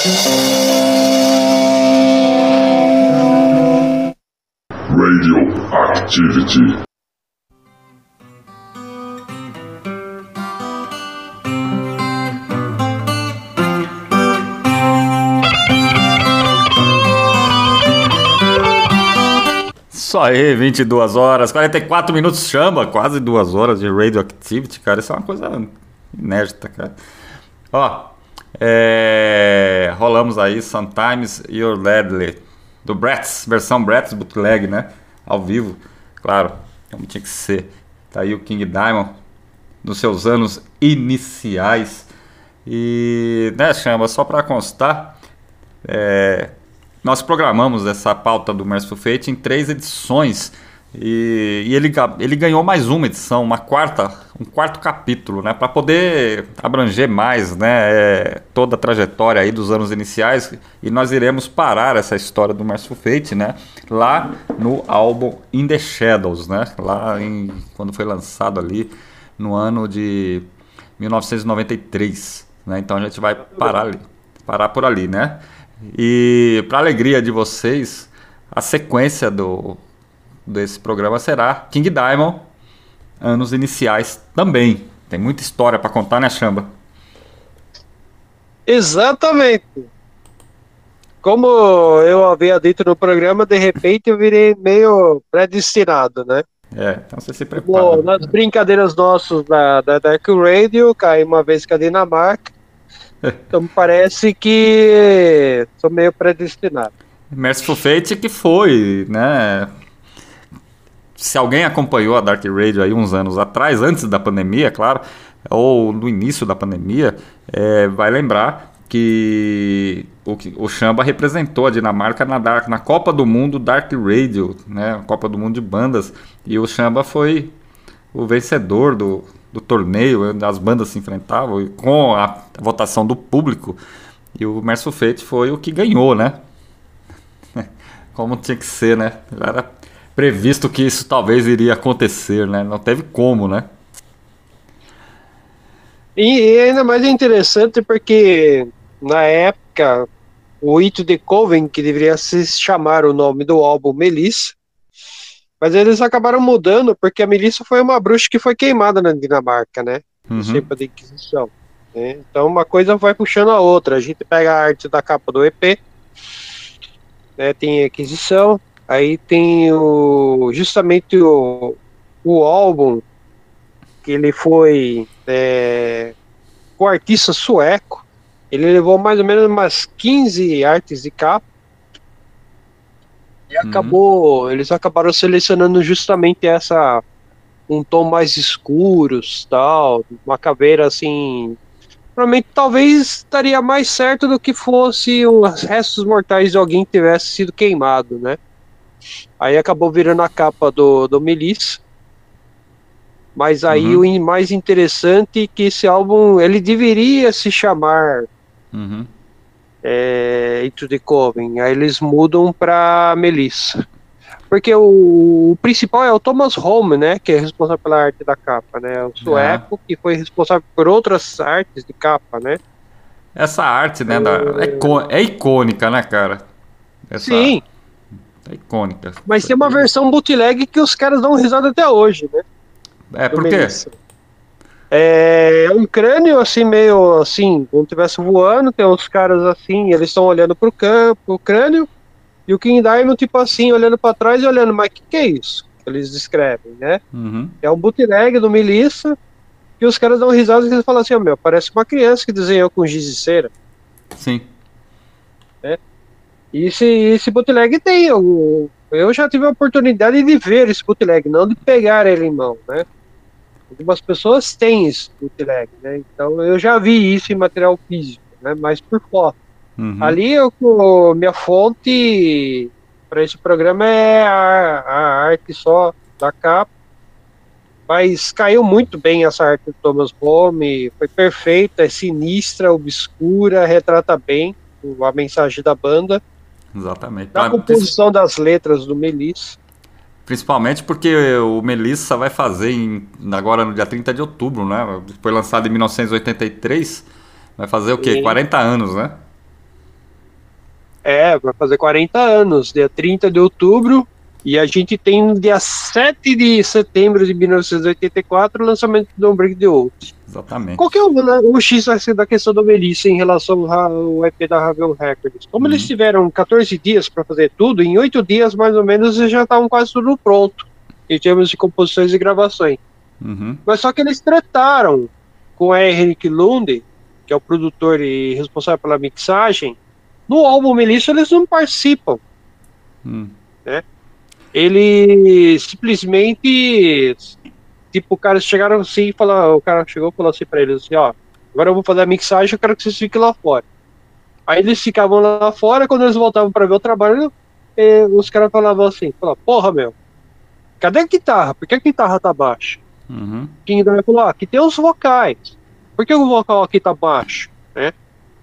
Radioactivity. Isso aí, 22 horas, 44 minutos, chama, quase 2 horas de Radioactivity, cara, isso é uma coisa inédita, cara. Ó, rolamos aí Sometimes You're Deadly, do Bratz, versão Bratz bootleg, né, ao vivo, claro, como tinha que ser. Tá aí o King Diamond, nos seus anos iniciais, e, né, chama, só pra constar, nós programamos essa pauta do Merciful Fate em 3 edições e ele ganhou mais uma edição, um quarto capítulo, né, para poder abranger mais, né, toda a trajetória aí dos anos iniciais, e nós iremos parar essa história do Merciful Fate, né, lá no álbum In The Shadows, né, quando foi lançado ali no ano de 1993, né, então a gente vai parar por ali, né. E para alegria de vocês, a sequência desse programa será King Diamond, anos iniciais também. Tem muita história para contar, né, Chamba? Exatamente. Como eu havia dito no programa, de repente eu virei meio predestinado, né? Então você se prepara. Nas brincadeiras nossas da Dark Radio, caí uma vez com a Dinamarca. Então parece que sou meio predestinado. Merciful Fate que foi, né? Se alguém acompanhou a Dark Radio aí uns anos atrás, antes da pandemia, claro, ou no início da pandemia, vai lembrar que o Chamba representou a Dinamarca na Copa do Mundo Dark Radio, né? Copa do Mundo de bandas, e o Chamba foi o vencedor do torneio, as bandas se enfrentavam com a votação do público, e o Merciful Fate foi o que ganhou, né? Como tinha que ser, né? Era previsto que isso talvez iria acontecer, né? Não teve como, né? E ainda mais é interessante porque na época o Into the Coven, que deveria se chamar o nome do álbum Melissa, mas eles acabaram mudando porque a Melissa foi uma bruxa que foi queimada na Dinamarca, né? No tempo da Inquisição. Né? Então uma coisa vai puxando a outra. A gente pega a arte da capa do EP, né? Tem a Inquisição, aí tem justamente o álbum que ele foi com o artista sueco. Ele levou mais ou menos umas 15 artes de capa. E eles acabaram selecionando justamente um tom mais escuros, tal, uma caveira assim, provavelmente talvez estaria mais certo do que fosse os restos mortais de alguém que tivesse sido queimado, né? Aí acabou virando a capa do Melissa. Mas aí o mais interessante é que esse álbum, ele deveria se chamar Into the Coven, aí eles mudam pra Melissa. Porque o principal é o Thomas Holm, né, que é responsável pela arte da capa, né, o sueco, que foi responsável por outras artes de capa, né. Essa arte, né, é icônica, né, cara? Sim. É icônica. Mas tem uma versão bootleg que os caras dão risada até hoje, né. Por quê? É um crânio assim, meio assim, como se estivesse voando, tem uns caras assim, eles estão olhando pro crânio, e o King Diamond tipo assim, olhando pra trás e olhando, mas que é isso? Eles descrevem, né? É um bootleg do Melissa, e os caras dão risada e eles falam assim, parece uma criança que desenhou com giz de cera. Sim. E esse bootleg tem, eu já tive a oportunidade de ver esse bootleg, não de pegar ele em mão, né? Algumas pessoas têm esse bootleg, né? Então eu já vi isso em material físico, né? Mas por foto. Ali minha fonte para esse programa é a arte só da capa, mas caiu muito bem essa arte do Thomas Holm, foi perfeita, é sinistra, obscura, retrata bem a mensagem da banda. Exatamente. A composição das letras do Melissa. Principalmente porque o Melissa vai fazer agora no dia 30 de outubro, né? Foi lançado em 1983. Vai fazer o quê? 40 anos, né? Vai fazer 40 anos, dia 30 de outubro, e a gente tem no dia 7 de setembro de 1984 o lançamento do Don't Break the Oath. Exatamente. Qual que é o X da questão do Melissa em relação ao EP da Ravel Records? Como eles tiveram 14 dias para fazer tudo, em 8 dias mais ou menos eles já estavam quase tudo pronto, em termos de composições e gravações. Mas só que eles trataram com o Henrik Lund, que é o produtor e responsável pela mixagem. No álbum Melissa eles não participam, né? Eles simplesmente, tipo, o cara chegaram assim e falaram, o cara chegou e falou assim pra eles assim, ó, agora eu vou fazer a mixagem, eu quero que vocês fiquem lá fora. Aí eles ficavam lá fora, quando eles voltavam pra ver o trabalho, os caras falavam assim, porra, meu, cadê a guitarra? Por que a guitarra tá baixa? Quem falou, aqui tem os vocais, por que o vocal aqui tá baixo? Né?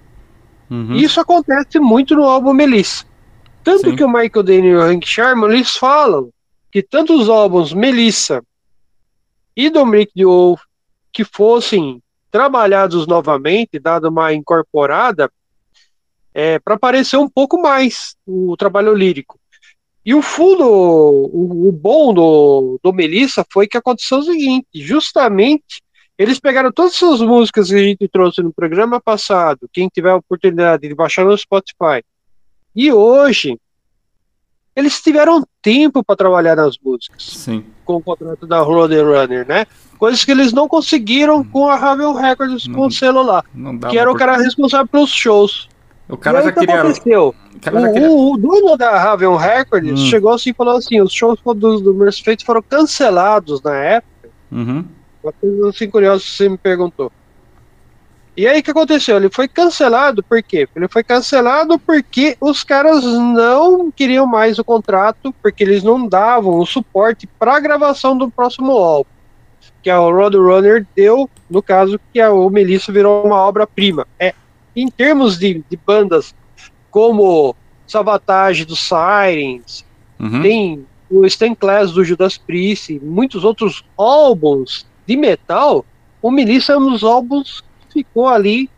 Isso acontece muito no álbum Melissa. Tanto que o Michael Danny e o Hank Sherman, eles falam que tanto os álbuns Melissa e Don't Break the Oath que fossem trabalhados novamente, dado uma incorporada, para aparecer um pouco mais o trabalho lírico. E o fundo, o bom do Melissa foi que aconteceu o seguinte, justamente eles pegaram todas essas músicas que a gente trouxe no programa passado, quem tiver a oportunidade de baixar no Spotify, e hoje eles tiveram tempo para trabalhar nas músicas. Sim. Com o contrato da Roadrunner, né? Coisas que eles não conseguiram com a Ravel Records, com o celular, que era o cara responsável pelos shows. O cara já queria... aconteceu? O dono da Ravel Records chegou assim e falou assim, os shows do Mercy Fate foram cancelados na época. Uma coisa assim curiosa que você me perguntou. E aí o que aconteceu? Ele foi cancelado por quê? Ele foi cancelado porque os caras não queriam mais o contrato, porque eles não davam o suporte para a gravação do próximo álbum, que a Roadrunner deu, no caso, que o Melissa virou uma obra-prima. Em termos de bandas como Savatage do Sirens, tem o Stan Class do Judas Priest, muitos outros álbuns de metal, o Melissa é um dos álbuns que ficou ali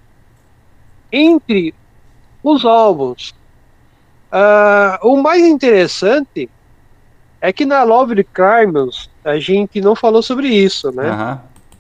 entre os álbuns. O mais interessante é que na Love the Criminals a gente não falou sobre isso, né?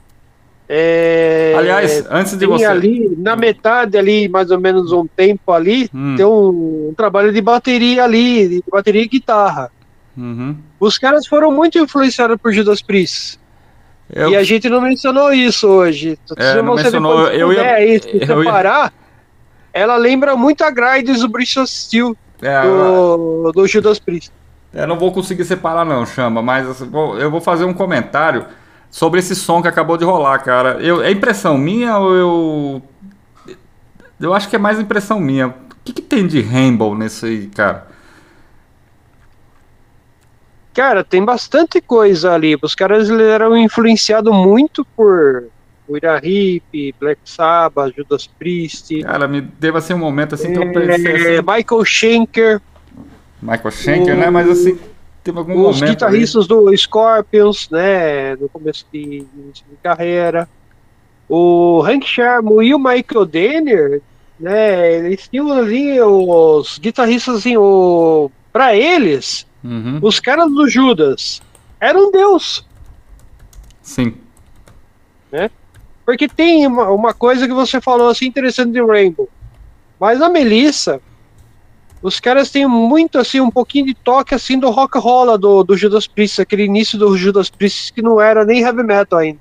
Aliás, antes de você... ali, na metade ali, mais ou menos um tempo ali, tem um trabalho de bateria ali, de bateria e guitarra. Os caras foram muito influenciados por Judas Priest. E a gente não mencionou isso hoje. Se você mencionou, separar, ela lembra muito a Grides do Bristol Steel do Judas Priest. Não vou conseguir separar não, Chama, mas eu vou fazer um comentário sobre esse som que acabou de rolar, cara. É impressão minha ou eu acho que é mais impressão minha. O que tem de Rainbow nesse aí, cara? Cara, tem bastante coisa ali. Os caras eram influenciados muito por Uriah Heep, Black Sabbath, Judas Priest. Cara, me teve assim um momento assim que eu pensei assim... Michael Schenker, né? Mas assim, teve algum momento... Os guitarristas do Scorpions, né? No começo de carreira. O Hank Sherman e o Michael Danner, né? Eles tinham ali os guitarristas assim, pra eles... Os caras do Judas eram Deus. Sim. Né? Porque tem uma coisa que você falou assim interessante de Rainbow. Mas a Melissa, os caras têm muito assim, um pouquinho de toque assim do rock rolla do Judas Priest, aquele início do Judas Priest que não era nem heavy metal ainda.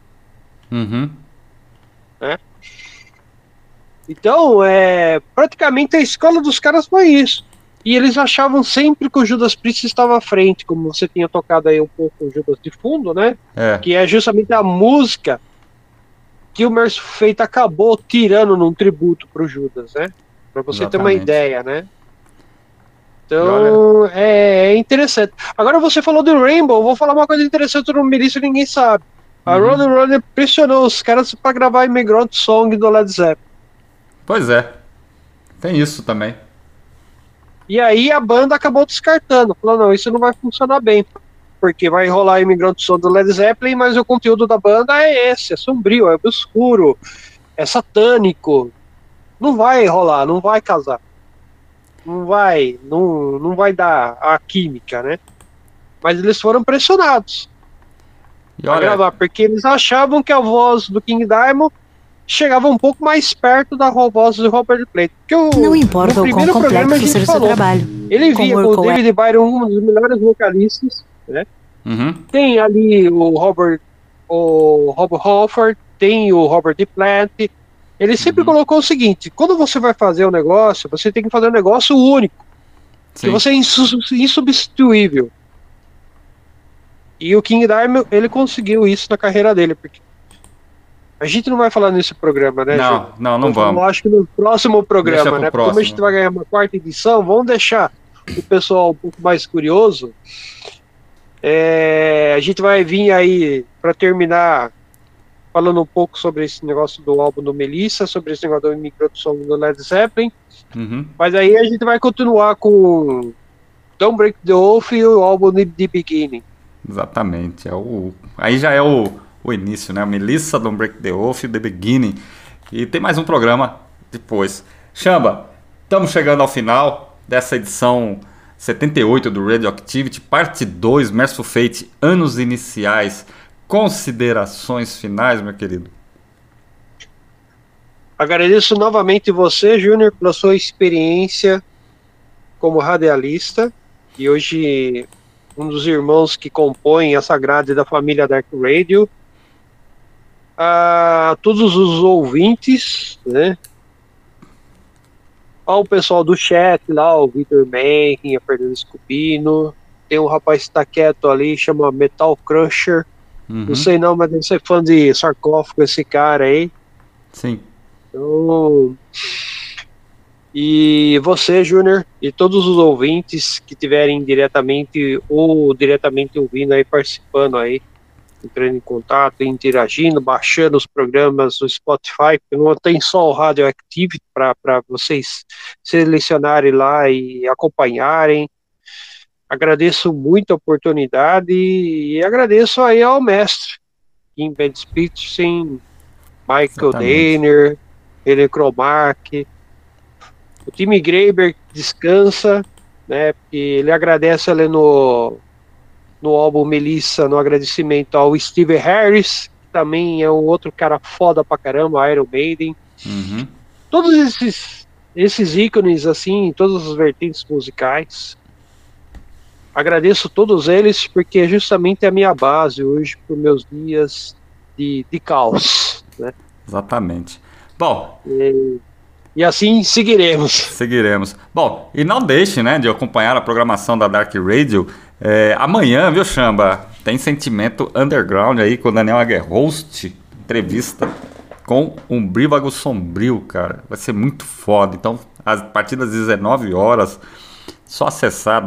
Né? Então, praticamente a escola dos caras foi isso. E eles achavam sempre que o Judas Priest estava à frente, como você tinha tocado aí um pouco o Judas de fundo, né? Que é justamente a música que o Mercy Fate acabou tirando num tributo pro Judas, né? Pra você ter uma ideia, né? Então, é interessante. Agora você falou do Rainbow, eu vou falar uma coisa interessante no Melissa e ninguém sabe. A Roadrunner pressionou os caras pra gravar a Immigrant Song do Led Zeppelin. Pois é. Tem isso também. E aí a banda acabou descartando, falou, não, isso não vai funcionar bem, porque vai rolar Imigrante Som do Led Zeppelin, mas o conteúdo da banda é esse, é sombrio, é obscuro, é satânico, não vai rolar, não vai casar. não vai dar a química, né? Mas eles foram pressionados a gravar, porque eles achavam que a voz do King Diamond chegava um pouco mais perto da voz do Robert Plant. Não importa o quão complexo seja o seu trabalho. Ele via o David Byron um dos melhores vocalistas, né? Uhum. Tem ali o Robert Halford, tem o Robert Plant. Ele sempre colocou o seguinte: quando você vai fazer um negócio, você tem que fazer um negócio único. Sim. Que você é insubstituível. E o King Diamond, ele conseguiu isso na carreira dele, porque a gente não vai falar nesse programa, né? Não vamos. Eu acho que no próximo programa, né? Porque como a gente vai ganhar uma 4ª edição, vamos deixar o pessoal um pouco mais curioso. A gente vai vir aí para terminar falando um pouco sobre esse negócio do álbum do Melissa, sobre esse negócio da introdução do Led Zeppelin. Uhum. Mas aí a gente vai continuar com Don't Break the Oath e o álbum The Beginning. Exatamente. Aí já é o início, né? Melissa, Don't Break the Oath e The Beginning. E tem mais um programa depois. Chamba, estamos chegando ao final dessa edição 78 do Radioactivity, parte 2, Merciful Fate, anos iniciais. Considerações finais, meu querido? Agradeço novamente você, Júnior, pela sua experiência como radialista. E hoje, um dos irmãos que compõem essa grade da família Dark Radio. A todos os ouvintes, né? Ao pessoal do chat lá, o Vitor Mencken, a Fernanda Scupino. Tem um rapaz que está quieto ali, chama Metal Crusher. Uhum. Não sei não, mas deve ser fã de Sarcófago esse cara aí. Sim. Então, e você, Júnior, e todos os ouvintes que tiverem diretamente ou diretamente ouvindo aí, participando aí, entrando em contato, interagindo, baixando os programas do Spotify, porque não tem só o Radioactivity para vocês selecionarem lá e acompanharem. Agradeço muito a oportunidade e agradeço aí ao mestre Kim Bendspitsen, Michael Daner, René Kromak, o Timmy Graber descansa, né? Porque ele agradece ali no álbum Melissa, no agradecimento ao Steve Harris, que também é um outro cara foda pra caramba, Iron Maiden. Uhum. Todos esses ícones, assim, em todas as vertentes musicais. Agradeço todos eles, porque é justamente a minha base hoje para os meus dias de caos, né? Exatamente. Bom... E assim seguiremos. Seguiremos. Bom, e não deixe, né, de acompanhar a programação da Dark Radio. Amanhã, viu, Chamba? Tem Sentimento Underground aí com o Daniel Aguerhost. Entrevista com um Brívago Sombrio, cara. Vai ser muito foda. Então, a partir das 19 horas, só acessar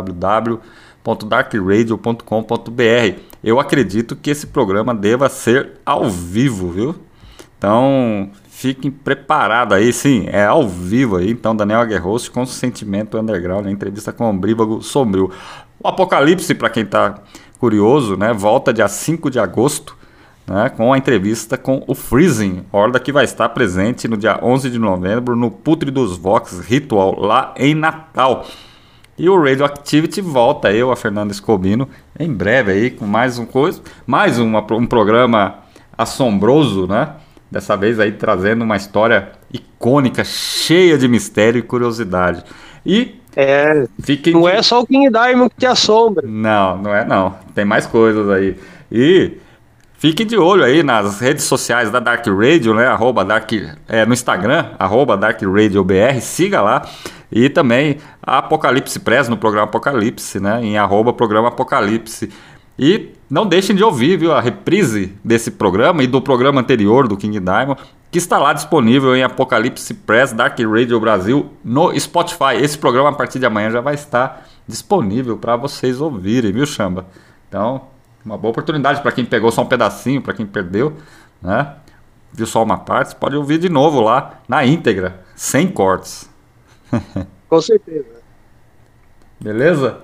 www.darkradio.com.br. Eu acredito que esse programa deva ser ao vivo, viu? Então... fiquem preparados aí, sim, é ao vivo aí. Então, Daniel Aguerhost com Sentimento Underground, entrevista com o Brívago Sombrio. O Apocalipse, para quem tá curioso, né, volta dia 5 de agosto, né, com a entrevista com o Freezing, Horda, que vai estar presente no dia 11 de novembro no Putre dos Vox Ritual, lá em Natal. E o Radioactivity volta, eu, a Fernanda Scobino, em breve aí, com mais um programa assombroso, né? Dessa vez aí trazendo uma história icônica, cheia de mistério e curiosidade. E não é só o King Diamond que te assombra. Não é não. Tem mais coisas aí. E fiquem de olho aí nas redes sociais da Dark Radio, né? No Instagram, @DarkRadioBR, siga lá. E também a Apocalipse Press, no programa Apocalipse, né? Em @programa Apocalipse. E não deixem de ouvir, viu, a reprise desse programa e do programa anterior do King Diamond, que está lá disponível em Apocalipse Press, Dark Radio Brasil, no Spotify. Esse programa, a partir de amanhã, já vai estar disponível para vocês ouvirem, viu, Chamba? Então, uma boa oportunidade para quem pegou só um pedacinho, para quem perdeu, né? Viu só uma parte, você pode ouvir de novo lá, na íntegra, sem cortes. Com certeza. Beleza?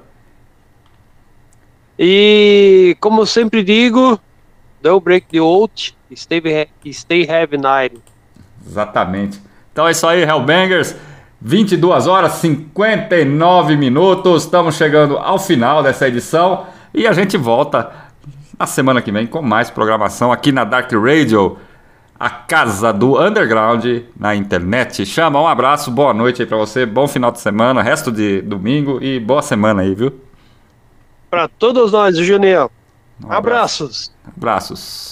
E, como eu sempre digo, don't break the oath, stay heavy night. Exatamente. Então é isso aí, Hellbangers. 22 horas 59 minutos. Estamos chegando ao final dessa edição e a gente volta na semana que vem com mais programação aqui na Dark Radio, a casa do underground na internet. Chama, um abraço, boa noite aí pra você, bom final de semana, resto de domingo e boa semana aí, viu? Pra todos nós, Junião. Abraços. Abraços.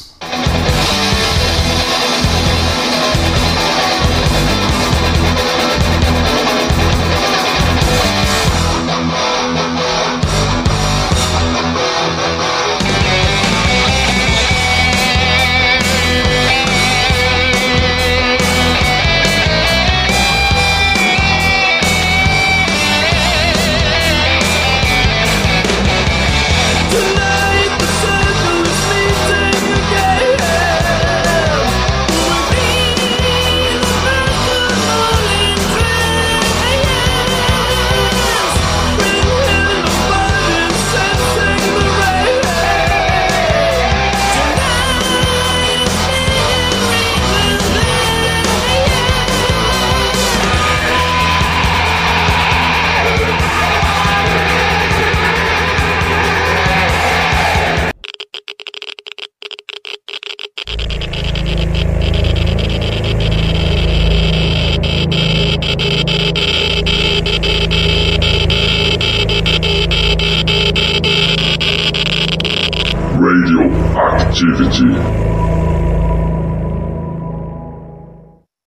Radioactivity.